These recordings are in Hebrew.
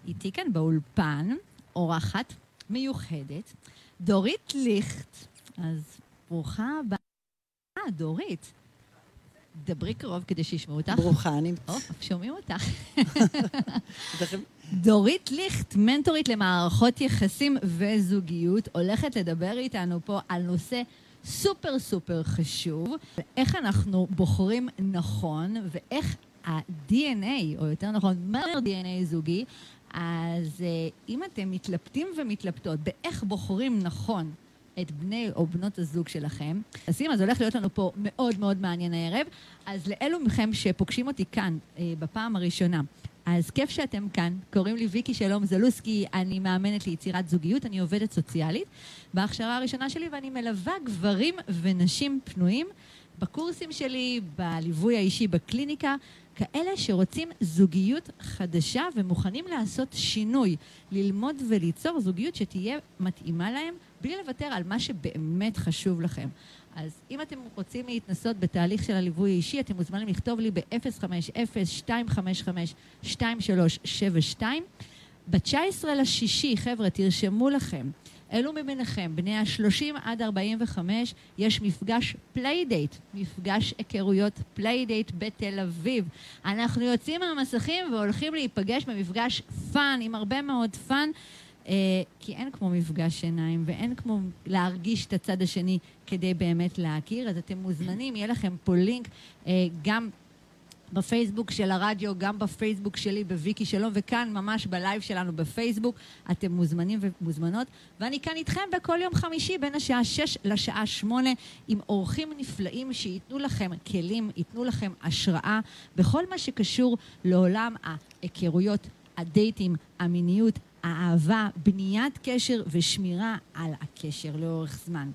איתי כאן באולפן, אורחת מיוחדת, דורית ליכט. אז ברוכה הבאה, דורית. דברי קרוב כדי שישמעו אותך. ברוכה, אני... שומעים אותך. דורית ליכט, מנטורית למערכות יחסים וזוגיות, הולכת לדבר איתנו פה על נושא סופר סופר חשוב, איך אנחנו בוחרים נכון, ואיך ה-DNA, או יותר נכון, מה DNA זוגי, אז אם אתם מתלבטים ומתלבטות באיך בוחרים נכון את בני או בנות הזוג שלכם, אז הולך להיות לנו פה מאוד מאוד מעניין הערב. אז לאלו מכם שפוגשים אותי כאן בפעם הראשונה, אז כיף שאתם כאן. קוראים לי ויקי שלום זלוסקי, אני מאמנת ליצירת זוגיות, אני עובדת סוציאלית בהכשרה הראשונה שלי, ואני מלווה גברים ונשים פנויים בקורסים שלי, בליווי האישי בקליניקה, כאלה שרוצים זוגיות חדשה ומוכנים לעשות שינוי, ללמוד וליצור זוגיות שתהיה מתאימה להם, בלי לוותר על מה שבאמת חשוב לכם. אז אם אתם רוצים להתנסות בתהליך של הליווי האישי, אתם מוזמנים לכתוב לי ב-050-255-2372. ב-19/6, חבר'ה, תרשמו לכם. אלו מביניכם, בני ה-30 עד 45, יש מפגש פליידייט, מפגש היכרויות פליידייט בתל אביב. אנחנו יוצאים מהמסכים והולכים להיפגש במפגש פאן, עם הרבה מאוד פאן, כי אין כמו מפגש עיניים, ואין כמו להרגיש את הצד השני כדי באמת להכיר. אז אתם מוזמנים, יהיה לכם פה לינק גם בפייסבוק של הרדיו, גם בפייסבוק שלי בוויקי שלום, וכאן ממש בלייב שלנו בפייסבוק, אתם מוזמנים ומוזמנות, ואני כאן איתכם בכל יום חמישי בין השעה 6 לשעה 8, עם אורחים נפלאים שיתנו לכם כלים, ייתנו לכם השראה, בכל מה שקשור לעולם ההיכרויות, הדייטים, המיניות, האהבה, בניית קשר ושמירה על הקשר לאורך זמן.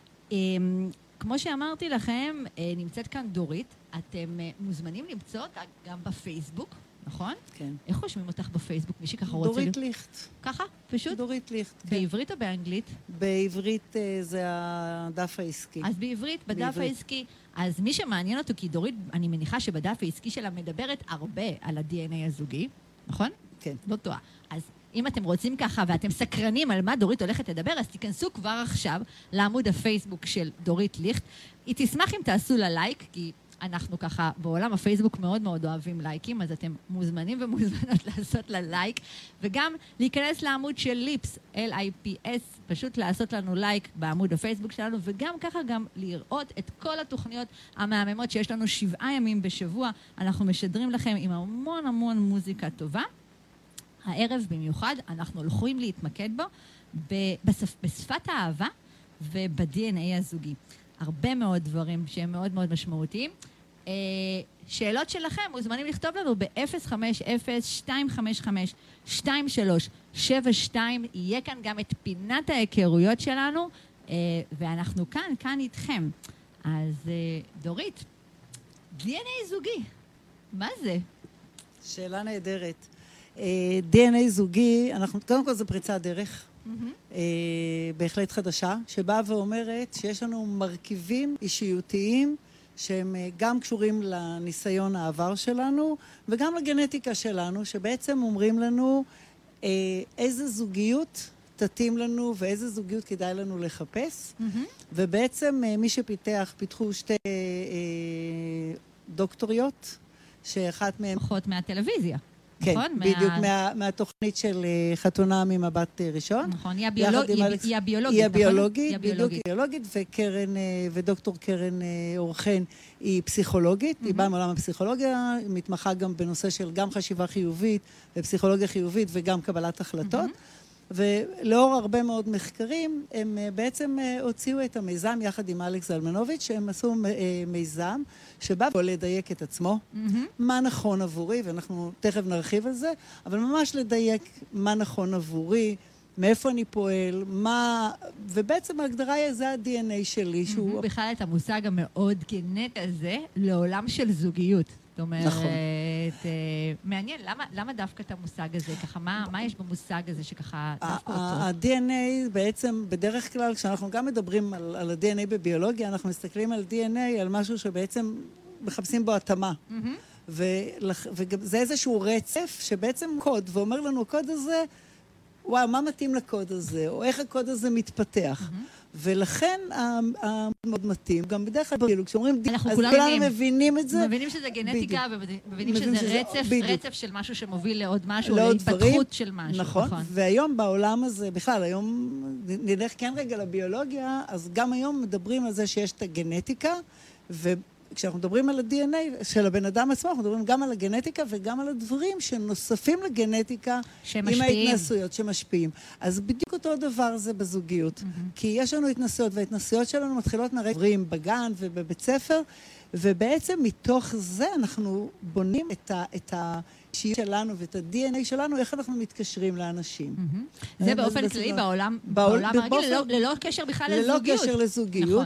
כמו שאמרתי לכם, נמצאת כאן דורית, אתם מוזמנים למצוא אותה גם בפייסבוק, נכון? כן. איך חושבים אותך בפייסבוק? מי שככה רוצה... דורית ליכט. ככה? פשוט? דורית ליכט, כן. בעברית או באנגלית? בעברית זה הדף העסקי. אז בעברית, בדף העסקי. אז מי שמעניין אותו, כי דורית, אני מניחה שבדף העסקי שלה מדברת הרבה על ה-DNA הזוגי, נכון? כן. לא טועה. אז אם אתם רוצים ככה ואתם סקרנים על מה דורית הולכת לדבר, אז תיכנסו כבר עכשיו לעמוד הפייסבוק של דורית ליכט. היא תשמח אם תעשו לה לייק, כי אנחנו ככה בעולם הפייסבוק מאוד מאוד אוהבים לייקים, אז אתם מוזמנים ומוזמנות לעשות לה לייק, וגם להיכנס לעמוד של ליפס, L-I-P-S, פשוט לעשות לנו לייק בעמוד הפייסבוק שלנו, וגם ככה גם לראות את כל התוכניות המהממות שיש לנו 7 ימים בשבוע. אנחנו משדרים לכם עם המון המון מוזיקה טובה. הערב במיוחד אנחנו הולכים להתמקד בו בשפת האהבה וב-DNA הזוגי. הרבה מאוד דברים שהם מאוד מאוד משמעותיים. שאלות שלכם מוזמנים לכתוב לנו ב-050-255-2372. יהיה כאן גם את פינת ההיכרויות שלנו, ואנחנו כאן איתכם. אז דורית, DNA זוגי, מה זה? שאלה נהדרת. DNA זוגי, קודם כל זה פריצת דרך, בהחלט חדשה, שבאה ואומרת שיש לנו מרכיבים אישיותיים שהם גם קשורים לניסיון העבר שלנו וגם לגנטיקה שלנו, שבעצם אומרים לנו איזה זוגיות תתאים לנו ואיזה זוגיות כדאי לנו לחפש. ובעצם מי פיתחו 2 דוקטוריות, שאחת מהן... אחות מהטלוויזיה. כן, נכון? בדיוק, מהתוכנית של חתונה ממבט ראשון. נכון, היא הביולוגית, ודוקטור קרן אורחן היא פסיכולוגית, היא באה מעולם הפסיכולוגיה, היא מתמחה גם בנושא של גם חשיבה חיובית ופסיכולוגיה חיובית וגם קבלת החלטות. ולאור הרבה מאוד מחקרים, הם בעצם הוציאו את המיזם יחד עם אלכס זלמנוביץ', שהם עשו מיזם שבא לדייק את עצמו, מה נכון עבורי, ואנחנו תכף נרחיב על זה, אבל ממש לדייק מה נכון עבורי, מאיפה אני פועל, ובעצם ההגדרה היא, זה ה-DNA שלי, שהוא... בכלל את המושג המאוד גנטי הזה לעולם של זוגיות. זאת אומרת, נכון. מעניין, למה דווקא את המושג הזה? ככה, מה יש במושג הזה שככה דווקא אותו? ה-DNA בעצם, בדרך כלל, כשאנחנו גם מדברים על ה-DNA בביולוגיה, אנחנו מסתכלים על DNA, על משהו שבעצם מחפשים בו התאמה. וזה איזשהו רצף שבעצם קוד, ואומר לנו, הקוד הזה, וואו, מה מתאים לקוד הזה, או איך הקוד הזה מתפתח. ולכן מאוד מתאים, גם בדרך כלל, כשאומרים, אנחנו אז כולנו מבינים את זה. מבינים שזה גנטיקה, ומבינים שזה רצף של משהו שמוביל לעוד משהו, להתפתחות של משהו. נכון, והיום בעולם הזה, בכלל, היום נלך כן רגע לביולוגיה, אז גם היום מדברים על זה שיש את הגנטיקה, וכשאנחנו מדברים על ה-DNA של הבן אדם עצמו, אנחנו מדברים גם על הגנטיקה וגם על הדברים שנוספים לגנטיקה עם ההתנסויות שמשפיעים. אז בדיוק אותו דבר זה בזוגיות. כי יש לנו התנסויות, וההתנסויות שלנו מתחילות מהרגעים בגן ובבית ספר, ובעצם מתוך זה אנחנו בונים את האישיות שלנו ואת ה-DNA שלנו, איך אנחנו מתקשרים לאנשים. זה באופן כללי בעולם הרגיל, ללא קשר בכלל לזוגיות. ללא קשר לזוגיות.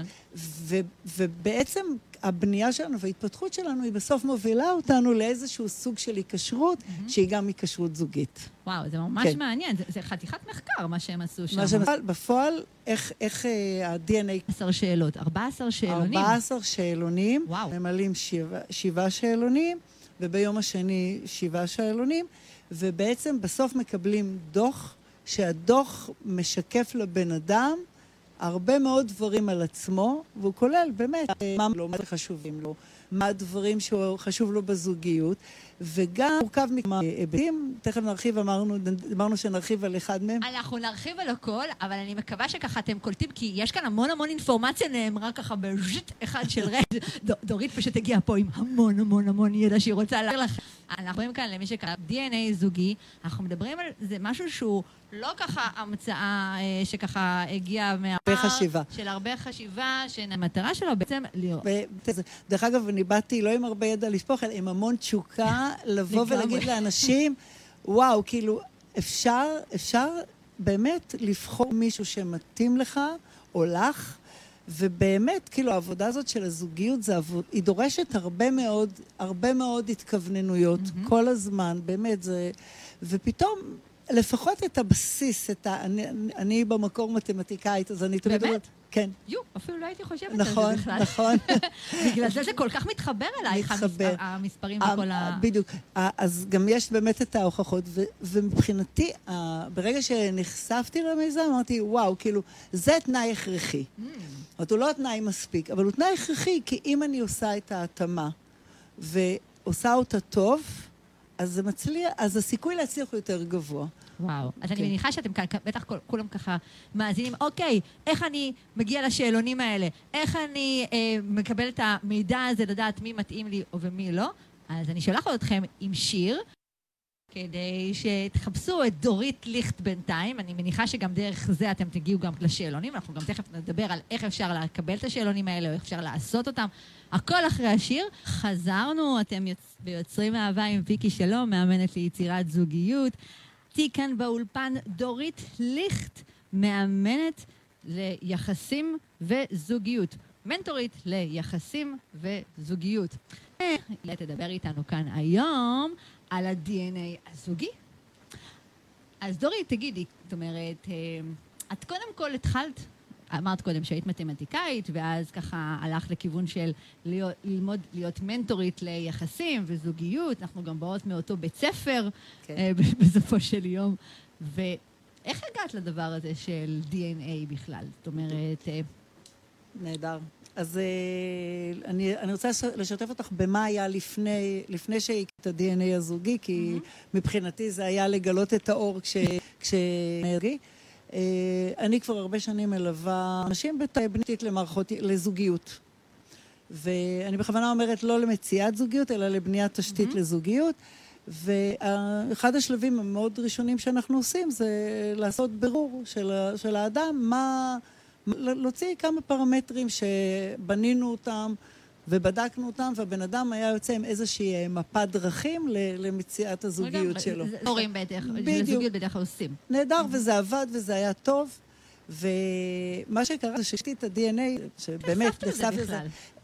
ובעצם הבנייה שלנו וההתפתחות שלנו היא בסוף מובילה אותנו לאיזשהו סוג של היקשרות, שהיא גם היקשרות זוגית. וואו, זה ממש מעניין. זה חתיכת מחקר, מה שהם עשו שם. בפועל, איך ה-DNA... 14 שאלות, 14 שאלונים. 14 שאלונים. וואו. ממלאים 7 שאלונים, וביום השני 7 שאלונים, ובעצם בסוף מקבלים דוח, שהדוח משקף לבן אדם הרבה מאוד דברים על עצמו, והוא כולל באמת מה חשובים לו, מה הדברים שחשוב לו בזוגיות, וגם מורכב מכמה היבטים. תכף נרחיב, אמרנו שנרחיב על אחד מהם. אנחנו נרחיב על הכל, אבל אני מקווה שככה אתם קולטים, כי יש כאן המון אינפורמציה נאמרה ככה בז'ט אחד של רד. דורית פשוט הגיעה פה עם המון ידע שהיא רוצה להגיד לך. אנחנו מדברים כאן למי שקרא DNA זוגי, אנחנו מדברים על זה משהו שהוא לא ככה המצאה שככה הגיעה של הרבה חשיבה, שהמטרה שלו בעצם לראות. דרך אגב, אני באתי לא עם הרבה ידע לשפוך, אלא עם המון תשוקה לבוא ולהגיד לאנשים, וואו, כאילו, אפשר באמת לבחור מישהו שמתאים לך או לך, ובאמת, כאילו, העבודה הזאת של הזוגיות, היא דורשת הרבה מאוד התכווננויות, כל הזמן, באמת, זה... ופתאום, לפחות את הבסיס, אני במקור מתמטיקאית, אז אני תמיד... באמת? כן. אפילו לא הייתי חושבת על זה בכלל. נכון. בגלל זה כל כך מתחבר אלייך, המספרים וכל ה... בדיוק. אז גם יש באמת את ההוכחות, ומבחינתי, ברגע שנחשפתי למיזם, אמרתי, וואו, כאילו, זה תנאי הכרחי. הוא לא תנאי מספיק, אבל הוא תנאי הכרחי, כי אם אני עושה את ההתאמה, ועושה אותה טוב, אז הסיכוי להצליח הוא יותר גבוה. וואו. אז אני מניחה שאתם בטח כולם ככה מאזינים, אוקיי, איך אני מגיע לשאלונים האלה? איך אני מקבל את המידע הזה לדעת מי מתאים לי ומי לא? אז אני שולחת אתכם עם שיר, כדי שתחפשו את דורית ליכט בינתיים. אני מניחה שגם דרך זה אתם תגיעו גם לשאלונים. אנחנו גם תכף נדבר על איך אפשר לקבל את השאלונים האלה, או איך אפשר לעשות אותם. הכל אחרי השיר. חזרנו, אתם ביוצרים אהבה עם ויקי שלום, מאמנת ליצירת זוגיות. איתי כאן באולפן דורית ליכט, מאמנת ליחסים וזוגיות. מנטורית ליחסים וזוגיות. היא תדבר איתנו כאן היום על ה-DNA הזוגי. אז דורית, תגידי, זאת אומרת, את קודם כל התחלת, אמרת קודם שהיית מתמטיקאית, ואז ככה הלכת לכיוון של ללמוד להיות מנטורית ליחסים וזוגיות. אנחנו גם באות מאותו בית ספר, בסופו של יום. ואיך הגעת לדבר הזה של DNA בכלל? זאת אומרת... נהדר. אז אני רוצה לשתף אותך במה היה לפני שהקמת את ה-DNA הזוגי, כי מבחינתי זה היה לגלות את האור כשנהרגי. אני כבר הרבה שנים מלווה אנשים בנתית למערכות, לזוגיות. ואני בכוונה אומרת לא למציאת זוגיות, אלא לבניית תשתית לזוגיות. ואחד השלבים המאוד ראשונים שאנחנו עושים זה לעשות בירור של האדם, להוציא כמה פרמטרים שבנינו אותם ובדקנו אותם, והבן אדם היה יוצא עם איזושהי מפת דרכים למציאת הזוגיות שלו. הורים בטח, לזוגיות בטח עושים. נהדר, וזה עבד וזה היה טוב. ומה שקרה זה ששתי את ה-DNA, שבאמת נחשף לזה.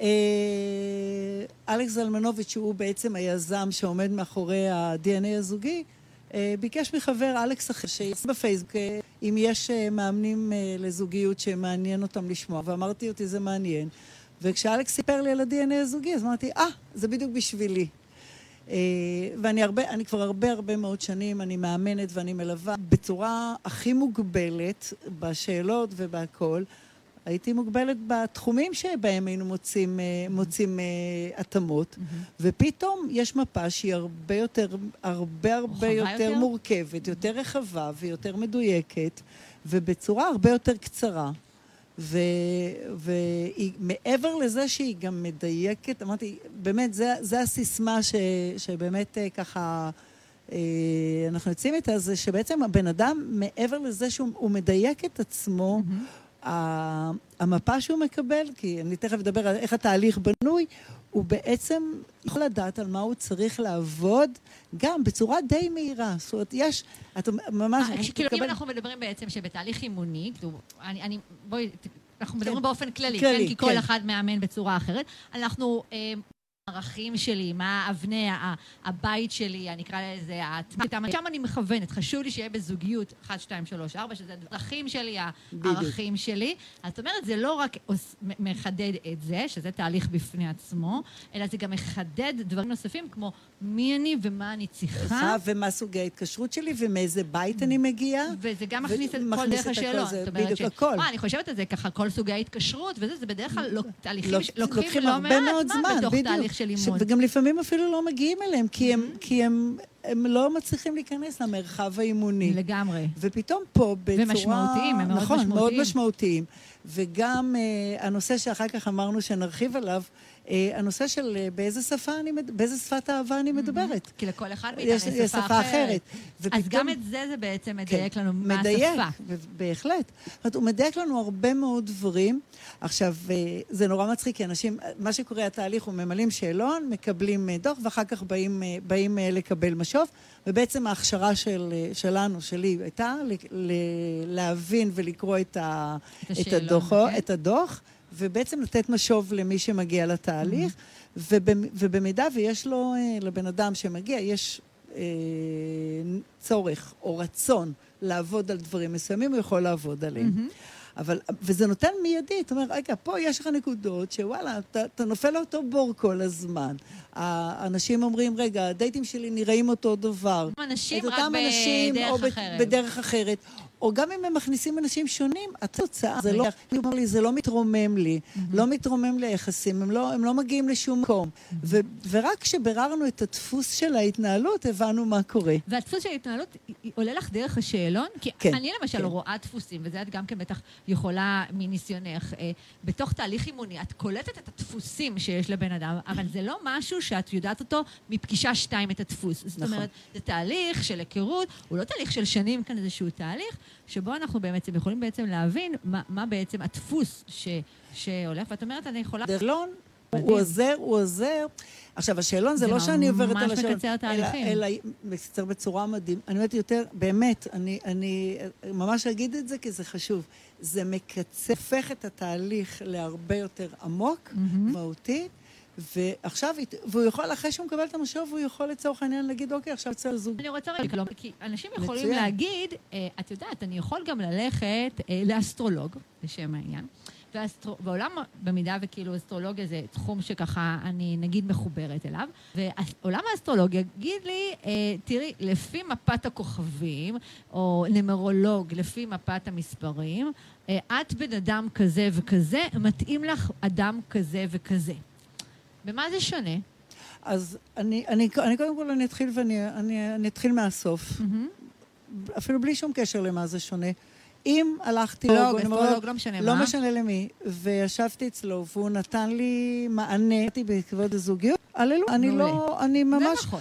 אלכס זלמנוביץ', שהוא בעצם היזם שעומד מאחורי ה-DNA הזוגי, ביקש מחבר אלכס אחר שיצא בפייסבוק אם יש מאמנים לזוגיות שמעניין אותם לשמוע, ואמרתי אותי זה מעניין. וכשאלכס סיפר לי על ה-DNA הזוגי, אז אמרתי, זה בדיוק בשבילי. ואני כבר הרבה מאוד שנים, אני מאמנת ואני מלווה בצורה הכי מוגבלת בשאלות ובהכל. הייתי מוגבלת בתחומים שבהם היינו מוצאים התאמות, ופתאום יש מפה שהיא הרבה יותר מורכבת, יותר רחבה ויותר מדויקת, ובצורה הרבה יותר קצרה. והיא מעבר לזה שהיא גם מדייקת, אמרתי, באמת, זה הסיסמה שבאמת ככה אנחנו יוצאים איתה, זה שבעצם הבן אדם, מעבר לזה שהוא מדייק את עצמו, המפה שהוא מקבל, כי אני תכף אדבר על איך התהליך בנוי, הוא בעצם יכול לדעת על מה הוא צריך לעבוד, גם בצורה די מהירה. זאת אומרת, יש, אתה ממש... כאילו, אם אנחנו מדברים בעצם שבתהליך אימוני, בואי, אנחנו מדברים באופן כללי, כן? כי כל אחד מאמן בצורה אחרת. אנחנו... הערכים שלי, מה האבני, הבית שלי, אני אקרא לזה, שם אני מכוונת, חשוב לי שיהיה בזוגיות 1, 2, 3, 4, שזה הדרכים שלי, הערכים שלי. זאת אומרת, זה לא רק מחדד את זה, שזה תהליך בפני עצמו, אלא זה גם מחדד דברים נוספים, כמו מי אני ומה אני צריכה. ומה סוגי ההתקשרות שלי, ומאיזה בית אני מגיעה. וזה גם מכניס את כל דרך השאלות. בדיוק, הכל. אני חושבת על זה ככה, כל סוגי ההתקשרות, וזה בדרך כלל תהליכים לוקחים הרבה מאוד זמן, בדיוק. וגם לפעמים אפילו לא מגיעים אליהם, כי הם לא מצליחים להיכנס למרחב האימוני. לגמרי. ופתאום פה בצורה... ומשמעותיים, הם מאוד נכון, משמעותיים. מאוד משמעותיים. וגם הנושא שאחר כך אמרנו שנרחיב עליו, הנושא של באיזה שפת אהבה אני מדברת. כי לכל אחד מאיתנו יש שפה אחרת. אז גם את זה בעצם מדייק לנו מה השפה. מדייק, בהחלט. זאת אומרת, הוא מדייק לנו הרבה מאוד דברים. עכשיו, זה נורא מצחיק, כי אנשים, מה שקורה התהליך, הוא ממלאים שאלון, מקבלים דוח, ואחר כך באים לקבל משוב, ובעצם ההכשרה שלנו, שלי, הייתה להבין ולקרוא את הדוח, ובעצם לתת משוב למי שמגיע לתהליך, ובמידה ויש לו, לבן אדם שמגיע, יש צורך או רצון לעבוד על דברים מסוימים, הוא יכול לעבוד עליהם. וזה נותן מיידית, זאת אומרת, רגע, פה יש לך נקודות שוואלה, אתה נופל לאותו בור כל הזמן. האנשים אומרים, רגע, הדייטים שלי נראים אותו דבר. אנשים רק בדרך אחרת. בדרך אחרת. או גם אם הם מכניסים אנשים שונים, התוצאה, זה לא מתרומם לי, לא מתרומם לי היחסים, הם לא מגיעים לשום מקום. ורק כשבררנו את הדפוס של ההתנהלות, הבנו מה קורה. והדפוס של ההתנהלות עולה לך דרך השאלון? כי אני למשל רואה דפוסים, וזה את גם כן בטח יכולה מניסיונך, בתוך תהליך אימוני, את קולטת את הדפוסים שיש לבן אדם, אבל זה לא משהו שאת יודעת אותו מפגישה 2 את הדפוס. זאת אומרת, זה תהליך של היכרות, הוא לא תהליך של שנים כאן איזשהו תהליך, שבו אנחנו באמת יכולים בעצם להבין מה בעצם הדפוס שהולך, ואת אומרת, אני יכולה... השאלון, הוא עוזר. עכשיו, השאלון זה לא שאני עוברת על השאלון, אלא מקצר בצורה מדהים. אני אומרת יותר, באמת, אני ממש אגיד את זה כי זה חשוב. זה מקצר, הופך את התהליך להרבה יותר עמוק, מהותי, ועכשיו, והוא יכול, אחרי שהוא מקבל את המשוב, הוא יכול לצורך העניין להגיד, אוקיי, עכשיו יצא לזוג. אני רוצה רגע, כי אנשים יכולים להגיד, את יודעת, אני יכול גם ללכת לאסטרולוג, בשם העניין, ועולם, במידה וכאילו אסטרולוגיה זה תחום שככה אני נגיד מחוברת אליו, ועולם האסטרולוגיה יגיד לי, תראי, לפי מפת הכוכבים, או נמרולוג, לפי מפת המספרים, את בן אדם כזה וכזה, מתאים לך אדם כזה וכזה. במה זה שונה? אז אני קודם כל אני אתחיל ואני אתחיל מהסוף. אפילו בלי שום קשר למה זה שונה. אם הלכתי... לא משנה מה. לא משנה למי. וישבתי אצלו, והוא נתן לי מענה בעקבות הזוגיות. אני ממש... זה נכון.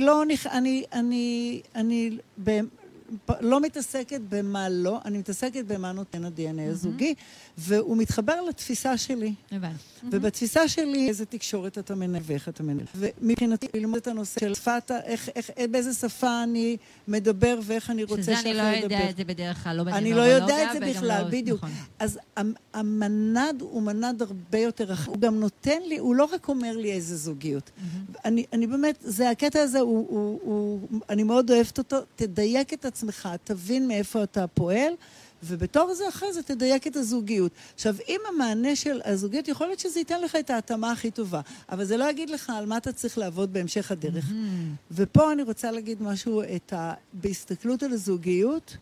אני לא מתעסקת במה לא, אני מתעסקת במה נותן ה-DNA הזוגי, והוא מתחבר לתפיסה שלי. ובתפיסה שלי, איזה תקשורת אתה מנהל ואיך אתה מנהל. ומבחינתי, ללמוד את הנושא של שפת, באיזה שפה אני מדבר ואיך אני רוצה שאתה לדבר. שזה אני לא יודע את זה בדרך כלל, לא אני לא יודע את זה בכלל, בדיוק. אז המנד הוא מנד הרבה יותר רחב. הוא גם נותן לי, הוא לא רק אומר לי איזה זוגיות. אני באמת, זה הקטע הזה, אני מאוד אוהבת אותו, תדייק את עצמך, תבין מאיפה אתה פועל, ובתור זה אחרי זה תדייק את הזוגיות. עכשיו, אם המענה של הזוגיות, יכול להיות שזה ייתן לך את ההתאמה הכי טובה, אבל זה לא יגיד לך על מה אתה צריך לעבוד בהמשך הדרך. ופה אני רוצה להגיד משהו, בהסתכלות על הזוגיות,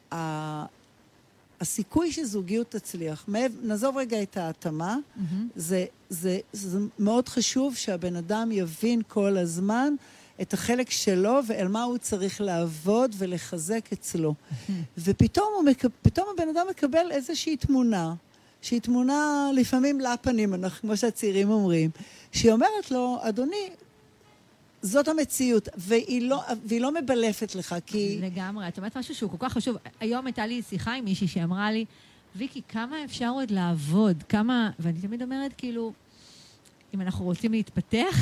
הסיכוי שזוגיות תצליח, נעזוב רגע את ההתאמה, זה מאוד חשוב שהבן אדם יבין כל הזמן את החלק שלו ועל מה הוא צריך לעבוד ולחזק אצלו. ופתאום הבן אדם מקבל איזושהי תמונה, שהיא תמונה לפעמים לפנים, כמו שהצעירים אומרים, שהיא אומרת לו, אדוני, זאת המציאות, והיא לא מבלפת לך, כי... לגמרי, את אומרת משהו שהוא כל כך חשוב. היום הייתה לי שיחה עם מישהי שאמרה לי, ויקי, כמה אפשר עוד לעבוד? כמה... ואני תמיד אומרת, כאילו, אם אנחנו רוצים להתפתח,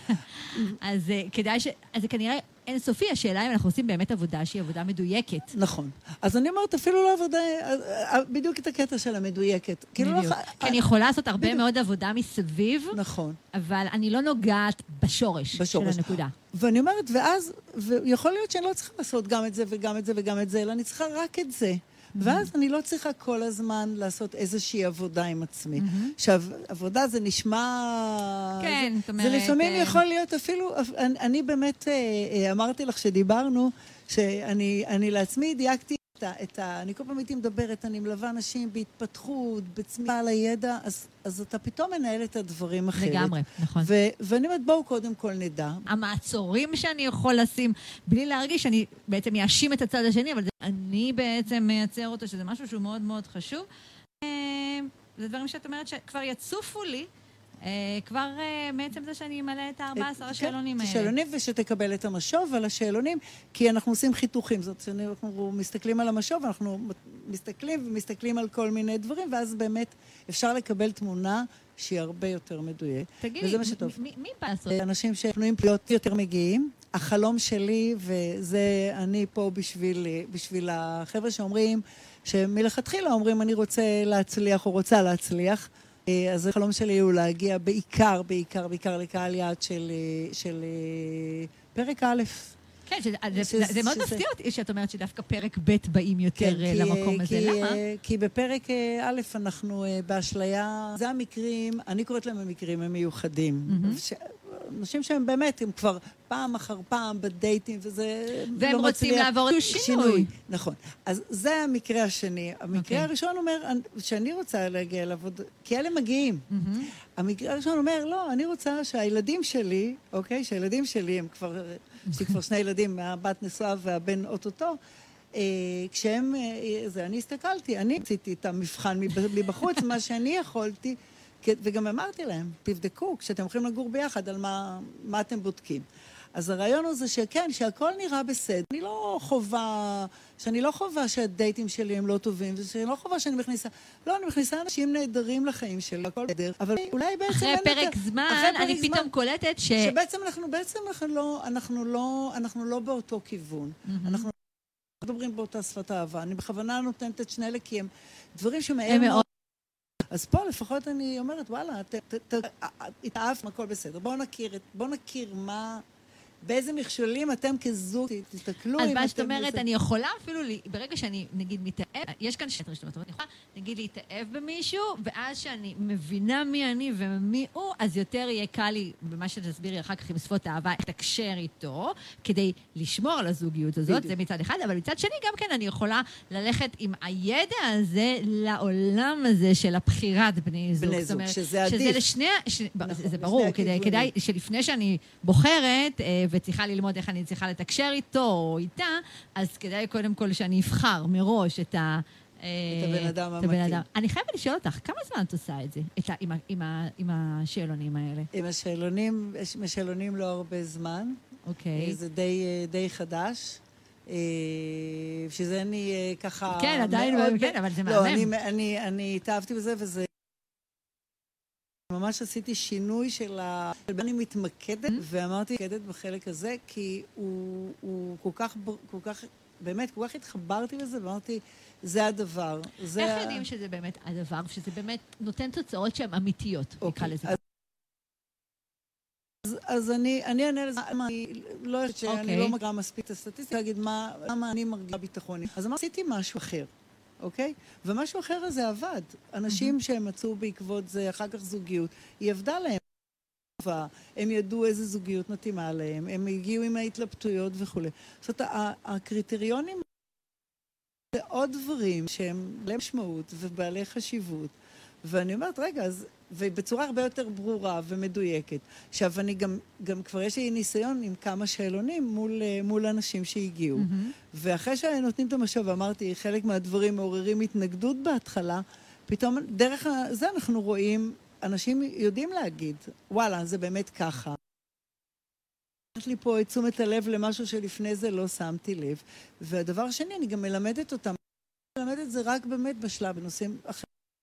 אז כדאי אז זה כנראה אינסופי, השאלה אם אנחנו עושים באמת עבודה שהיא עבודה מדויקת. נכון. אז אני אומרת, אפילו לא עבודה, בדיוק את הקטע של המדויקת. בדיוק. כי אני יכולה לעשות הרבה מאוד עבודה מסביב, נכון. אבל אני לא נוגעת בשורש של הנקודה. ואני אומרת, ויכול להיות שאני לא צריכה לעשות גם את זה וגם את זה וגם את זה, אלא אני צריכה רק את זה. ואז אני לא צריכה כל הזמן לעשות איזושהי עבודה עם עצמי. עכשיו, עבודה זה נשמע... כן, זאת אומרת... זה לפעמים יכול להיות אפילו... אני באמת אמרתי לך שדיברנו, שאני לעצמי דייקתי אני כל פעם הייתי מדברת, אני מלווה אנשים בהתפתחות, בצמיחה על הידע, אז אתה פתאום מנהל את הדברים אחרת. לגמרי, נכון. ואני אומרת, בואו קודם כל נדע. המעצורים שאני יכול לשים, בלי להרגיש, אני בעצם מאשים את הצד השני, אבל אני בעצם מייצר אותו, שזה משהו שהוא מאוד מאוד חשוב. זה דברים שאת אומרת שכבר יצופו לי, כבר בעצם זה שאני אמלא את 14 השאלונים האלה. שאלונים ושתקבל את המשוב על השאלונים, כי אנחנו עושים חיתוכים. זאת אומרת, אנחנו מסתכלים על המשוב, אנחנו מסתכלים על כל מיני דברים, ואז באמת אפשר לקבל תמונה שהיא הרבה יותר מדויקת. תגידי, מי בא לעשות? אנשים שפנויים להיות יותר מגיעים. החלום שלי, וזה אני פה בשביל החבר'ה שאומרים, שמלכתחילה אומרים, אני רוצה להצליח או רוצה להצליח, אז החלום שלי הוא להגיע בעיקר לקהל יעד של פרק א'. כן, זה מאוד מפתיע אותי שאת אומרת שדווקא פרק ב' באים יותר למקום הזה. למה? כי בפרק א' אנחנו באשליה, זה המקרים, אני קוראת להם המקרים המיוחדים. אנשים שהם באמת, הם כבר פעם אחר פעם בדייטים, וזה והם לא רוצים לעבור שינוי. נכון. אז זה המקרה השני. המקרה הראשון אומר, שאני רוצה להגיע לעבוד, כי אלה מגיעים. המקרה הראשון אומר, לא, אני רוצה שהילדים שלי, אוקיי, שהילדים שלי, הם כבר, יש לי כבר 2 ילדים, הבת נשואה והבן אוטוטו, כשהם, אני הסתכלתי, אני עשיתי את המבחן מבחוץ, מה שאני יכולתי, וגם אמרתי להם, תבדקו, כשאתם הולכים לגור ביחד, על מה אתם בודקים. אז הרעיון הוא זה שכן, שהכל נראה בסדר. שאני לא חובה שהדייטים שלי הם לא טובים, ושאני לא חובה שאני מכניסה, לא, אני מכניסה אנשים נהדרים לחיים שלי, הכל נהדר, אבל אולי בעצם... אחרי פרק זמן, אני פתאום קולטת שבעצם אנחנו לא באותו כיוון. אנחנו לא מדברים באותה שפת אהבה. אני בכוונה נותנת את שני אלה, כי הם דברים שמהם... אז פה לפחות אני אומרת, וואלה, התאהבת, הכל בסדר. בואו נכיר באיזה מכשולים אתם כזוג תתקלו. אז מה שאת אומרת, אני יכולה אפילו, ברגע שאני, נגיד, מתאהב, יש כאן שתי רשתות, אני יכולה, נגיד, להתאהב במישהו, ואז שאני מבינה מי אני ומי הוא, אז יותר יהיה קל לי, במה שתסבירי אחר כך עם שפות האהבה, לתקשר איתו, כדי לשמור על הזוגיות הזאת, זה מצד אחד, אבל מצד שני גם כן אני יכולה ללכת עם הידע הזה לעולם הזה של הבחירת בני זוג. בני זוג, שזה עדיף. שזה לשני, זה ברור, כדאי שלפני שאני בוחרת, וצריכה ללמוד איך אני צריכה לתקשר איתו או איתה, אז כדאי קודם כל שאני אבחר מראש את הבן אדם המתאים. אני חייבת לשאול אותך, כמה זמן את עושה את זה, עם השאלונים האלה? עם השאלונים לא הרבה זמן. אוקיי. זה די חדש. שזה אני ככה... כן, עדיין, כן, אבל זה מהמם. לא, אני התאהבתי בזה, וזה... ממש עשיתי שינוי של אני מתמקדת, ואמרתי מתמקדת בחלק הזה, כי הוא כל כך, באמת, כל כך התחברתי לזה, ואמרתי, זה הדבר. איך יודעים שזה באמת הדבר, שזה באמת נותן תוצאות שהן אמיתיות, נקרא לזה? אז אני אענה לזה, אני לא מגרה מספיק את הסטטיסטיקה, להגיד למה אני מרגישה ביטחון. אז עשיתי משהו אחר. אוקיי? ומשהו אחר הזה עבד. אנשים שהם מצאו בעקבות זה, אחר כך זוגיות, היא עבדה להם. הם ידעו איזה זוגיות מתאימה להם, הם הגיעו עם ההתלבטויות וכו'. זאת אומרת, הקריטריונים זה עוד דברים שהם בעלי משמעות ובעלי חשיבות. ואני אומרת, רגע, ובצורה הרבה יותר ברורה ומדויקת. עכשיו, אני גם כבר יש לי ניסיון עם כמה שאלונים מול אנשים שהגיעו. ואחרי שנותנים את המשוב, אמרתי, חלק מהדברים מעוררים התנגדות בהתחלה, פתאום דרך זה אנחנו רואים, אנשים יודעים להגיד, וואלה, זה באמת ככה. יש לי פה את תשומת הלב למשהו שלפני זה לא שמתי לב. והדבר השני, אני גם מלמדת אותם. אני מלמדת את זה רק באמת בשלב, בנושאים אחרים.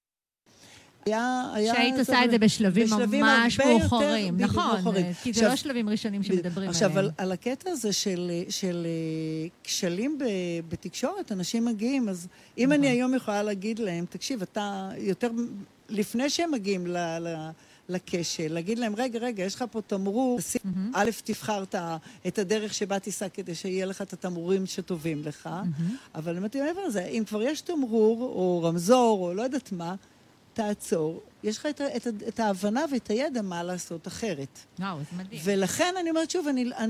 שהיית עושה את זה בשלבים ממש מאוחרים, נכון, כי זה לא שלבים ראשונים שמדברים עליהם. עכשיו, על הקטע הזה של כשלים בתקשורת, אנשים מגיעים, אז אם אני היום יכולה להגיד להם, תקשיב, אתה יותר, לפני שהם מגיעים לקשל, להגיד להם, רגע, יש לך פה תמרור, א', תבחר את הדרך שבה תיסע כדי שיהיה לך את התמרורים שטובים לך, אבל אם אתה מעבר לזה, אם כבר יש תמרור או רמזור או לא יודעת מה, תעצור, יש לך את ההבנה ואת הידע מה לעשות אחרת. וואו, זה מדהים. ולכן אני אומרת שוב,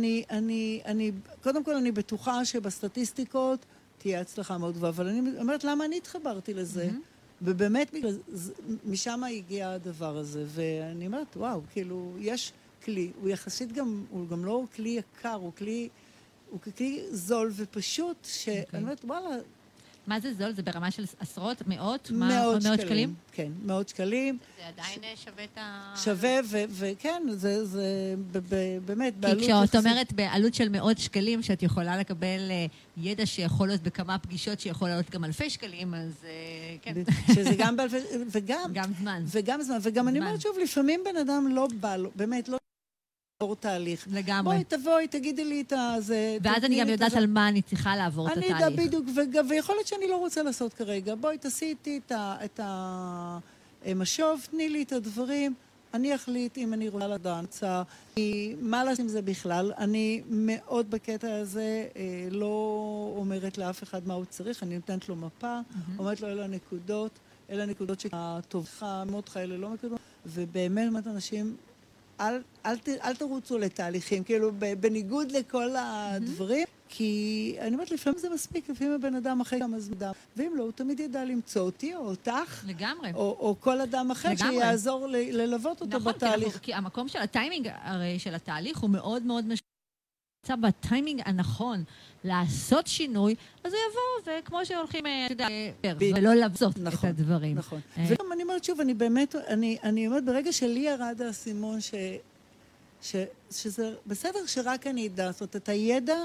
קודם כל אני בטוחה שבסטטיסטיקות תהיה הצלחה מאוד גבוהה, אבל אני אומרת למה אני התחברתי לזה, ובאמת משם הגיע הדבר הזה, ואני אומרת, וואו, כאילו, יש כלי, הוא יחסית גם, הוא גם לא כלי יקר, הוא כלי זול ופשוט, שאני אומרת, וואלה, מה זה זול? זה ברמה של עשרות, מאות? מאות שקלים? כן, מאות שקלים. זה עדיין שווה את שווה, וכן, זה באמת בעלות... כי כשאת אומרת בעלות של מאות שקלים, שאת יכולה לקבל ידע שיכול להיות בכמה פגישות, שיכול להיות גם אלפי שקלים, אז כן. שזה גם באלפי... גם זמן. וגם זמן. וגם אני אומרת שוב, לפעמים בן אדם לא בא לו, באמת לא... תהליך. לגמרי. תבואי, תגידי לי את זה. ואז אני גם יודעת על מה אני צריכה לעבור את התהליך. אני יודע בדיוק, ויכול להיות שאני לא רוצה לעשות כרגע. בואי, תעשי איתי את המשוב, תני לי את הדברים, אני אחליט אם אני רוצה לדעת. מה לעשות עם זה בכלל? אני מאוד בקטע הזה לא אומרת לאף אחד מה הוא צריך, אני נותנת לו מפה, אומרת לו, אלה הנקודות שהטובך, מותך, אלה לא מקודות, ובאמת אנשים... אל תרוצו לתהליכים, כאילו בניגוד לכל הדברים, כי אני אומרת, לפעמים זה מספיק, לפעמים הבן אדם אחרי כמה זמן, ואם לא, הוא תמיד ידע למצוא אותי או אותך, לגמרי. או כל אדם אחר שיעזור ללוות אותו בתהליך. נכון, כי המקום של הטיימינג הרי של התהליך הוא מאוד מאוד משמעותי. בטיימינג הנכון לעשות שינוי, אז הוא יבוא, וכמו שהולכים, ולא לבזות את הדברים. נכון. וגם אני אומרת שוב, אני באמת, אני אומרת, ברגע שלי ירד האסימון שזה בסדר שרק אני אדע, זאת אומרת, את הידע,